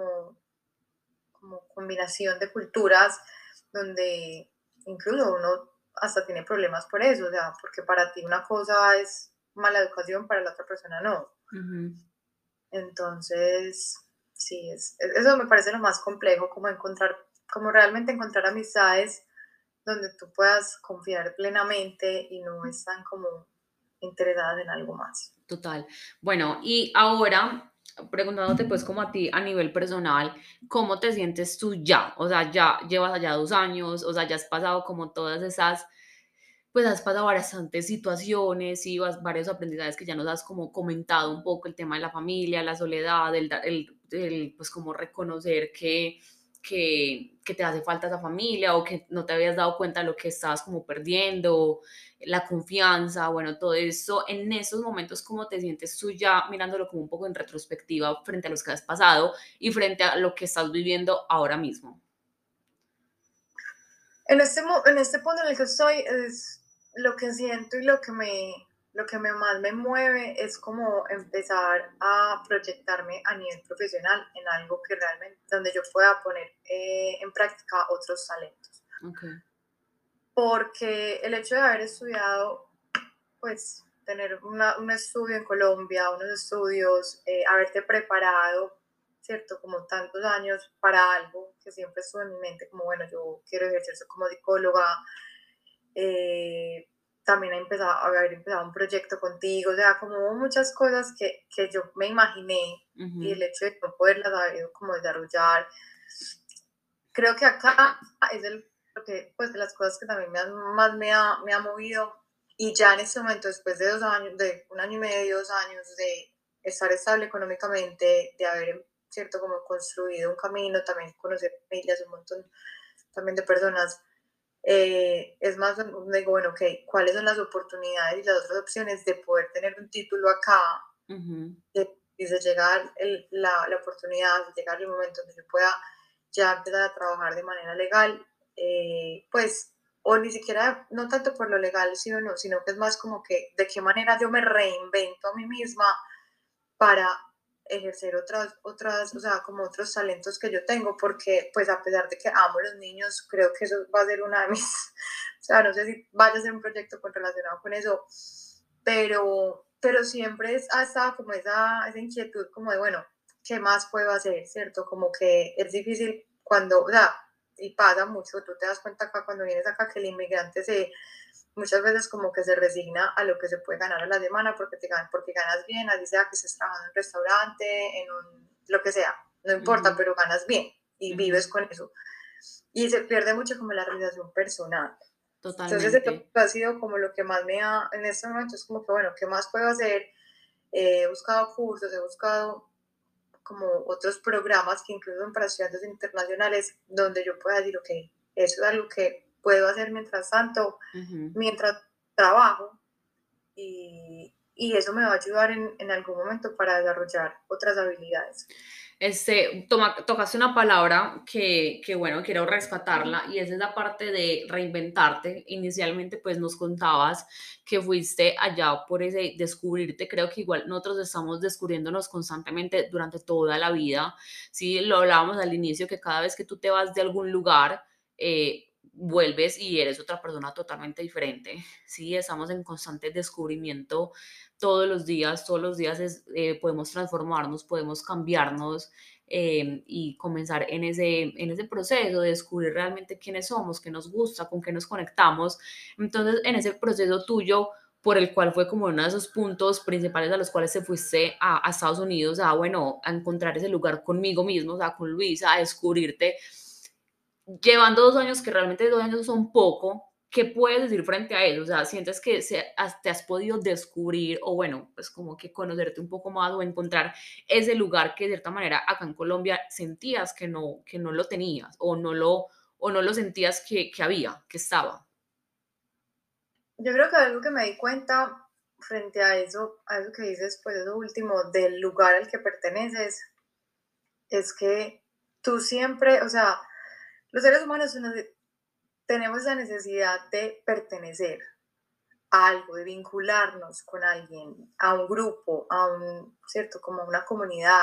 como combinación de culturas donde incluso uno hasta tiene problemas por eso, o sea, porque para ti una cosa es mala educación, para la otra persona no. Ujú. Entonces, sí, eso me parece lo más complejo, como encontrar, como realmente encontrar amistades donde tú puedas confiar plenamente y no están como interesadas en algo más. Total. Bueno, y ahora preguntándote pues como a ti a nivel personal, ¿cómo te sientes tú ya? O sea, ya llevas allá 2 años, o sea, ya has pasado como todas esas, pues has pasado bastantes situaciones y varios aprendizajes que ya nos has como comentado un poco, el tema de la familia, la soledad, pues como reconocer que te hace falta esa familia o que no te habías dado cuenta de lo que estabas como perdiendo, la confianza, bueno, todo eso, en esos momentos, ¿cómo te sientes tú ya mirándolo como un poco en retrospectiva frente a los que has pasado y frente a lo que estás viviendo ahora mismo? En este punto en el que estoy, es lo que siento y lo que más me mueve es como empezar a proyectarme a nivel profesional en algo que realmente, donde yo pueda poner en práctica otros talentos. Ok. Porque el hecho de haber estudiado, pues tener un estudio en Colombia, unos estudios, haberte preparado, ¿cierto? Como tantos años para algo que siempre estuvo en mi mente, como bueno, yo quiero ejercer como psicóloga, eh, también haber empezado un proyecto contigo, o sea, como hubo muchas cosas que yo me imaginé y Ujú. el hecho de no poderlas haber como desarrollar, creo que acá es lo que, pues, de las cosas que también más me ha movido. Y ya en este momento, después de 2 años, de un año y medio, 2 años de estar estable económicamente, de haber, cierto, como construido un camino, también conocer familias, un montón también de personas, es más, digo, bueno, ok, ¿cuáles son las oportunidades y las otras opciones de poder tener un título acá? Ujú. Y de llegar la oportunidad, de llegar el momento donde yo pueda ya empezar a trabajar de manera legal, pues, o ni siquiera, no tanto por lo legal, sino que es más como que de qué manera yo me reinvento a mí misma para ejercer o sea, como otros talentos que yo tengo, porque pues a pesar de que amo a los niños, creo que eso va a ser una de mis, o sea, no sé si vaya a ser un proyecto relacionado con eso, pero pero siempre ha estado como esa inquietud como de, bueno, ¿qué más puedo hacer? ¿Cierto? Como que es difícil cuando, o sea, y pasa mucho, tú te das cuenta acá cuando vienes acá que el inmigrante muchas veces como que se resigna a lo que se puede ganar a la semana porque ganas bien, así sea que estés trabajando en un restaurante, lo que sea, no importa, Ujú, pero ganas bien y ujú, vives con eso. Y se pierde mucho como la realización personal. Entonces, esto totalmente. ha sido como lo que más en este momento es como que, bueno, ¿qué más puedo hacer? He buscado cursos, he buscado como otros programas que incluso son para estudiantes internacionales, donde yo pueda decir, ok, eso es algo que puedo hacer mientras tanto, Ujú. mientras trabajo, y eso me va a ayudar en algún momento para desarrollar otras habilidades. Tocaste una palabra que, bueno, quiero rescatarla y esa es la parte de reinventarte. Inicialmente, pues nos contabas que fuiste allá por ese descubrirte. Creo que igual nosotros estamos descubriéndonos constantemente durante toda la vida. Sí, lo hablábamos al inicio, que cada vez que tú te vas de algún lugar, vuelves y eres otra persona totalmente diferente. Sí, estamos en constante descubrimiento todos los días podemos transformarnos, podemos cambiarnos y comenzar en ese proceso de descubrir realmente quiénes somos, qué nos gusta, con qué nos conectamos. Entonces, en ese proceso tuyo, por el cual fue como uno de esos puntos principales a los cuales se fuiste a Estados Unidos, bueno, a encontrar ese lugar conmigo mismo, o sea, con Luisa, a descubrirte, llevando 2 años, que realmente 2 años son poco. ¿Qué puedes decir frente a eso? O sea, ¿sientes que te has podido descubrir o bueno, pues como que conocerte un poco más o encontrar ese lugar que de cierta manera acá en Colombia sentías que no lo tenías o no lo sentías que había, que estaba? Yo creo que algo que me di cuenta frente a eso que dices, pues eso último, del lugar al que perteneces, es que tú siempre, o sea, los seres humanos tenemos esa necesidad de pertenecer a algo, de vincularnos con alguien, a un grupo, ¿cierto? Como una comunidad,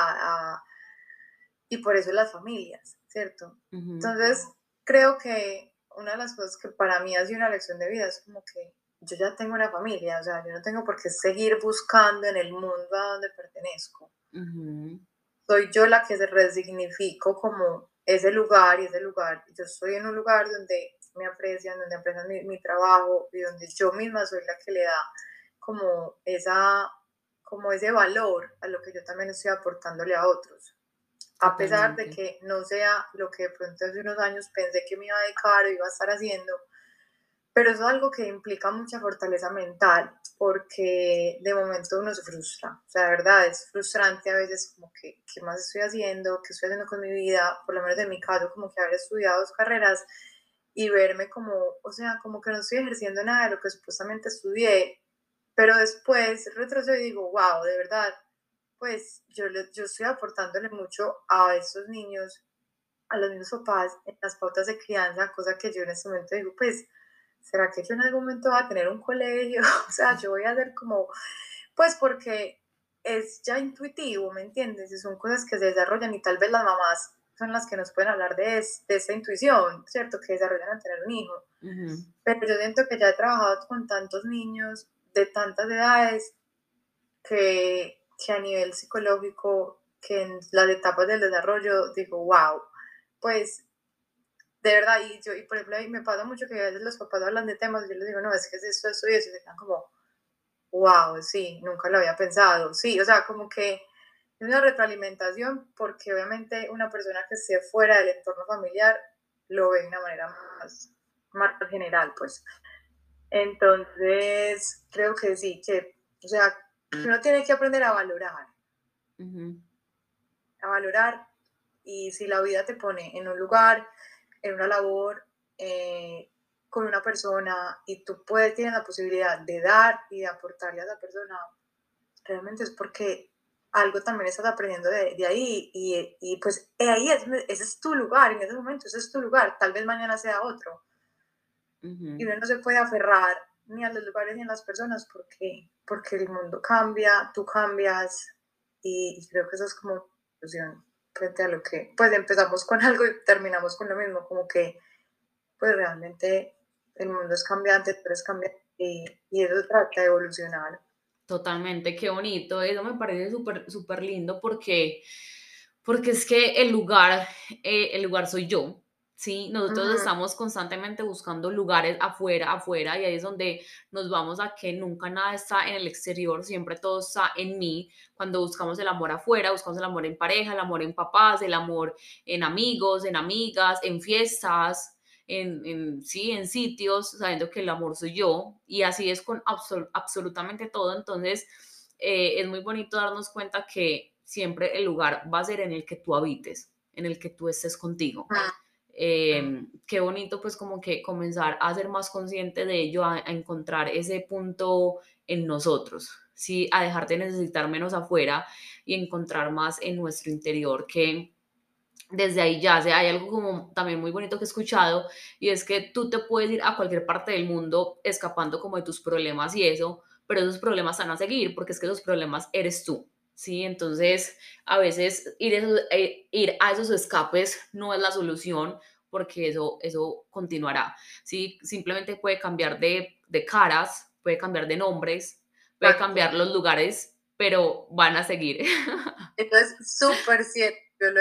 y por eso las familias, ¿cierto? Ujú, Entonces, creo que una de las cosas que para mí ha sido una lección de vida es como que yo ya tengo una familia, o sea, yo no tengo por qué seguir buscando en el mundo a donde pertenezco. ujú, Soy yo la que se resignifico como ese lugar y ese lugar. Yo estoy en un lugar donde me aprecian, donde aprecian mi trabajo y donde yo misma soy la que le da como como ese valor a lo que yo también estoy aportándole a otros. A pesar de totalmente. que no sea lo que de pronto hace unos años pensé que me iba a dedicar o iba a estar haciendo, pero eso es algo que implica mucha fortaleza mental, porque de momento uno se frustra. O sea, de verdad, es frustrante a veces como que, ¿qué más estoy haciendo? ¿Qué estoy haciendo con mi vida? Por lo menos en mi caso, como que haber estudiado 2 carreras y verme como, o sea, como que no estoy ejerciendo nada de lo que supuestamente estudié, pero después retrocedo y digo, wow, de verdad, pues yo estoy aportándole mucho a esos niños, a los mismos papás, en las pautas de crianza, cosa que yo en este momento digo, pues, ¿será que yo en algún momento voy a tener un colegio? O sea, yo voy a hacer como, pues porque es ya intuitivo, ¿me entiendes? Y son cosas que se desarrollan y tal vez las mamás son las que nos pueden hablar de esta intuición, ¿cierto? Que desarrollan al tener un hijo. Ujú, Pero yo siento que ya he trabajado con tantos niños de tantas edades que a nivel psicológico, que en las etapas del desarrollo, digo, wow, pues de verdad, y por ejemplo, ahí me pasa mucho que a veces los papás hablan de temas y yo les digo, no, es que es esto y eso, y se quedan como, wow, sí, nunca lo había pensado, sí, o sea, como que es una retroalimentación porque obviamente una persona que esté fuera del entorno familiar lo ve de una manera más general, pues. Entonces, creo que sí, o sea, que uno tiene que aprender ujú, a valorar, y si la vida te pone en un lugar, en una labor, con una persona y tú tienes la posibilidad de dar y de aportarle a esa persona, realmente es porque algo también estás aprendiendo de ahí y pues ahí ese es tu lugar, en ese momento ese es tu lugar, tal vez mañana sea otro y ujú. uno no se puede aferrar ni a los lugares ni a las personas porque el mundo cambia, tú cambias y creo que eso es como conclusión frente a lo que pues empezamos con algo y terminamos con lo mismo, como que pues realmente el mundo es cambiante, tú eres cambiante y eso trata de evolucionar. Totalmente, qué bonito. Eso me parece súper, súper lindo porque es que el lugar soy yo, ¿sí? Nosotros Ujú. estamos constantemente buscando lugares afuera, afuera, y ahí es donde nos vamos a que nunca nada está en el exterior, siempre todo está en mí. Cuando buscamos el amor afuera, buscamos el amor en pareja, el amor en papás, el amor en amigos, en amigas, en fiestas, sí, en sitios, sabiendo que el amor soy yo, y así es con absolutamente todo. Entonces, es muy bonito darnos cuenta que siempre el lugar va a ser en el que tú habites, en el que tú estés contigo. Qué bonito pues como que comenzar a ser más consciente de ello, a encontrar ese punto en nosotros, ¿sí? A dejar de necesitar menos afuera y encontrar más en nuestro interior, que desde ahí ya hay algo como también muy bonito que he escuchado, y es que tú te puedes ir a cualquier parte del mundo escapando como de tus problemas y eso, pero esos problemas van a seguir porque es que esos problemas eres tú, ¿sí? Entonces, a veces ir a esos escapes no es la solución porque eso continuará, ¿sí? Simplemente puede cambiar de caras, puede cambiar de nombres, puede Exacto. cambiar los lugares, pero van a seguir. Eso es súper cierto. Yo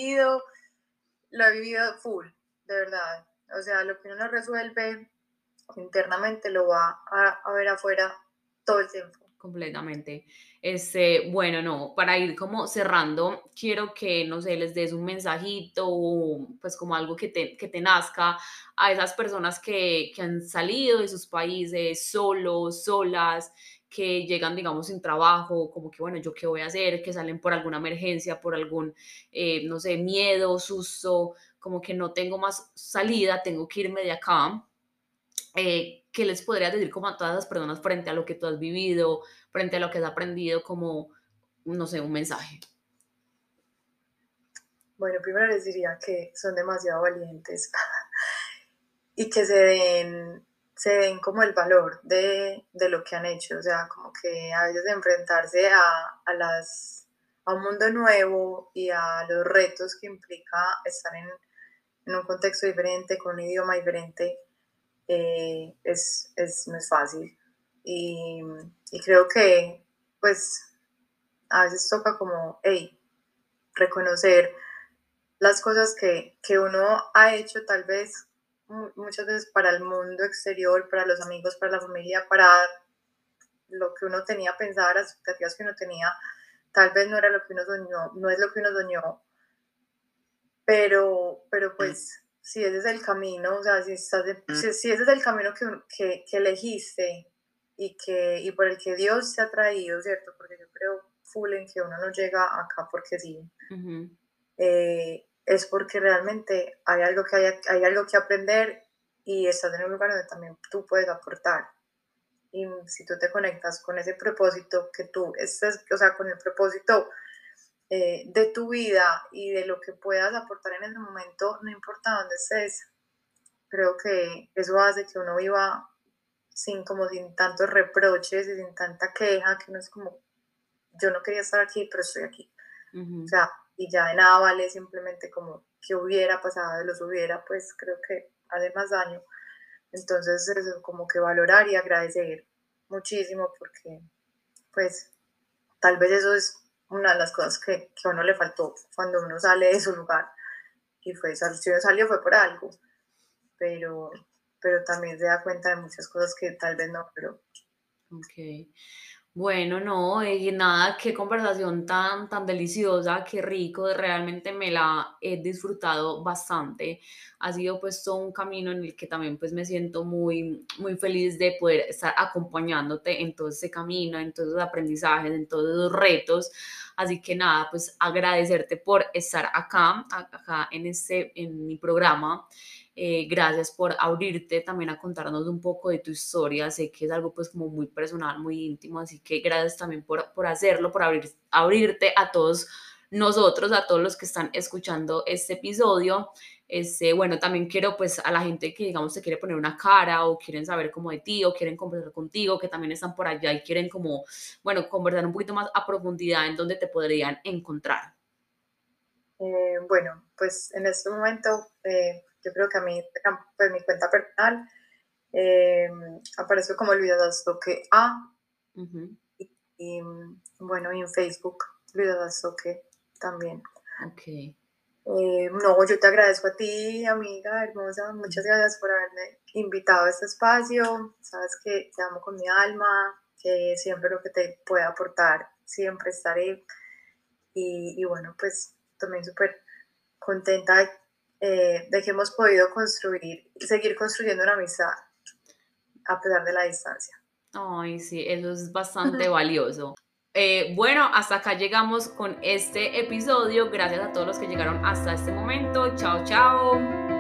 lo he vivido full, de verdad. O sea, lo que uno no resuelve internamente lo va a ver afuera todo el tiempo. Completamente. Bueno, no, para ir como cerrando, quiero que, no sé, les des un mensajito o pues como algo que te nazca a esas personas que han salido de sus países solos, solas, que llegan, digamos, sin trabajo, como que, bueno, ¿yo qué voy a hacer? Que salen por alguna emergencia, por algún, no sé, miedo, susto, como que no tengo más salida, tengo que irme de acá. ¿Qué les podrías decir como a todas las personas frente a lo que tú has vivido, frente a lo que has aprendido, como, no sé, un mensaje? Bueno, primero les diría que son demasiado valientes y que se den como el valor de lo que han hecho. O sea, como que a veces enfrentarse a un mundo nuevo y a los retos que implica estar en un contexto diferente, con un idioma diferente, no es fácil. Y, y creo que, pues, a veces toca como, hey, reconocer las cosas que uno ha hecho tal vez muchas veces para el mundo exterior, para los amigos, para la familia, para lo que uno tenía pensado, las expectativas que uno tenía, tal vez no era lo que uno soñó, no es lo que uno soñó, pero pues si ese es el camino, o sea, si ese es el camino que elegiste y por el que Dios te ha traído, ¿cierto? Porque yo creo full en que uno no llega acá porque sí, Ujú, es porque realmente hay algo que aprender y estás en un lugar donde también tú puedes aportar. Y si tú te conectas con ese propósito que tú estás, o sea, con el propósito de tu vida y de lo que puedas aportar en ese momento, no importa dónde estés, creo que eso hace que uno viva sin tantos reproches y sin tanta queja, que no es como, yo no quería estar aquí, pero estoy aquí. O ujú. sea, y ya de nada vale simplemente como que hubiera pasado de los hubiera, pues creo que hace más daño. Entonces, eso, como que valorar y agradecer muchísimo porque, pues, tal vez eso es una de las cosas que a uno le faltó cuando uno sale de su lugar y fue, si uno salió fue por algo, pero, pero también se da cuenta de muchas cosas que tal vez no, pero Ok. Bueno, no, nada, qué conversación tan, tan deliciosa, qué rico, realmente me la he disfrutado bastante. Ha sido pues todo un camino en el que también pues me siento muy, muy feliz de poder estar acompañándote en todo ese camino, en todos los aprendizajes, en todos los retos. Así que nada, pues agradecerte por estar acá en mi programa. Gracias por abrirte también a contarnos un poco de tu historia. Sé que es algo pues como muy personal, muy íntimo, así que gracias también por hacerlo, por abrirte a todos nosotros, a todos los que están escuchando este episodio. Bueno, también quiero pues a la gente que digamos se quiere poner una cara o quieren saber como de ti o quieren conversar contigo, que también están por allá y quieren como, bueno, conversar un poquito más a profundidad en donde te podrían encontrar. bueno, pues en este momento yo creo que a mí, pues mi cuenta personal eh, apareció como Olvidadas lo que A, Ujú. bueno, y en Facebook, Luisa Soque también. Ok. No, yo te agradezco a ti, amiga hermosa. Muchas gracias por haberme invitado a este espacio. Sabes que te amo con mi alma, que siempre lo que te pueda aportar, siempre estaré. Y bueno, pues también súper contenta de que hemos podido seguir construyendo una amistad a pesar de la distancia. Ay, sí, eso es bastante valioso. Bueno, hasta acá llegamos con este episodio. Gracias a todos los que llegaron hasta este momento. Chao, chao.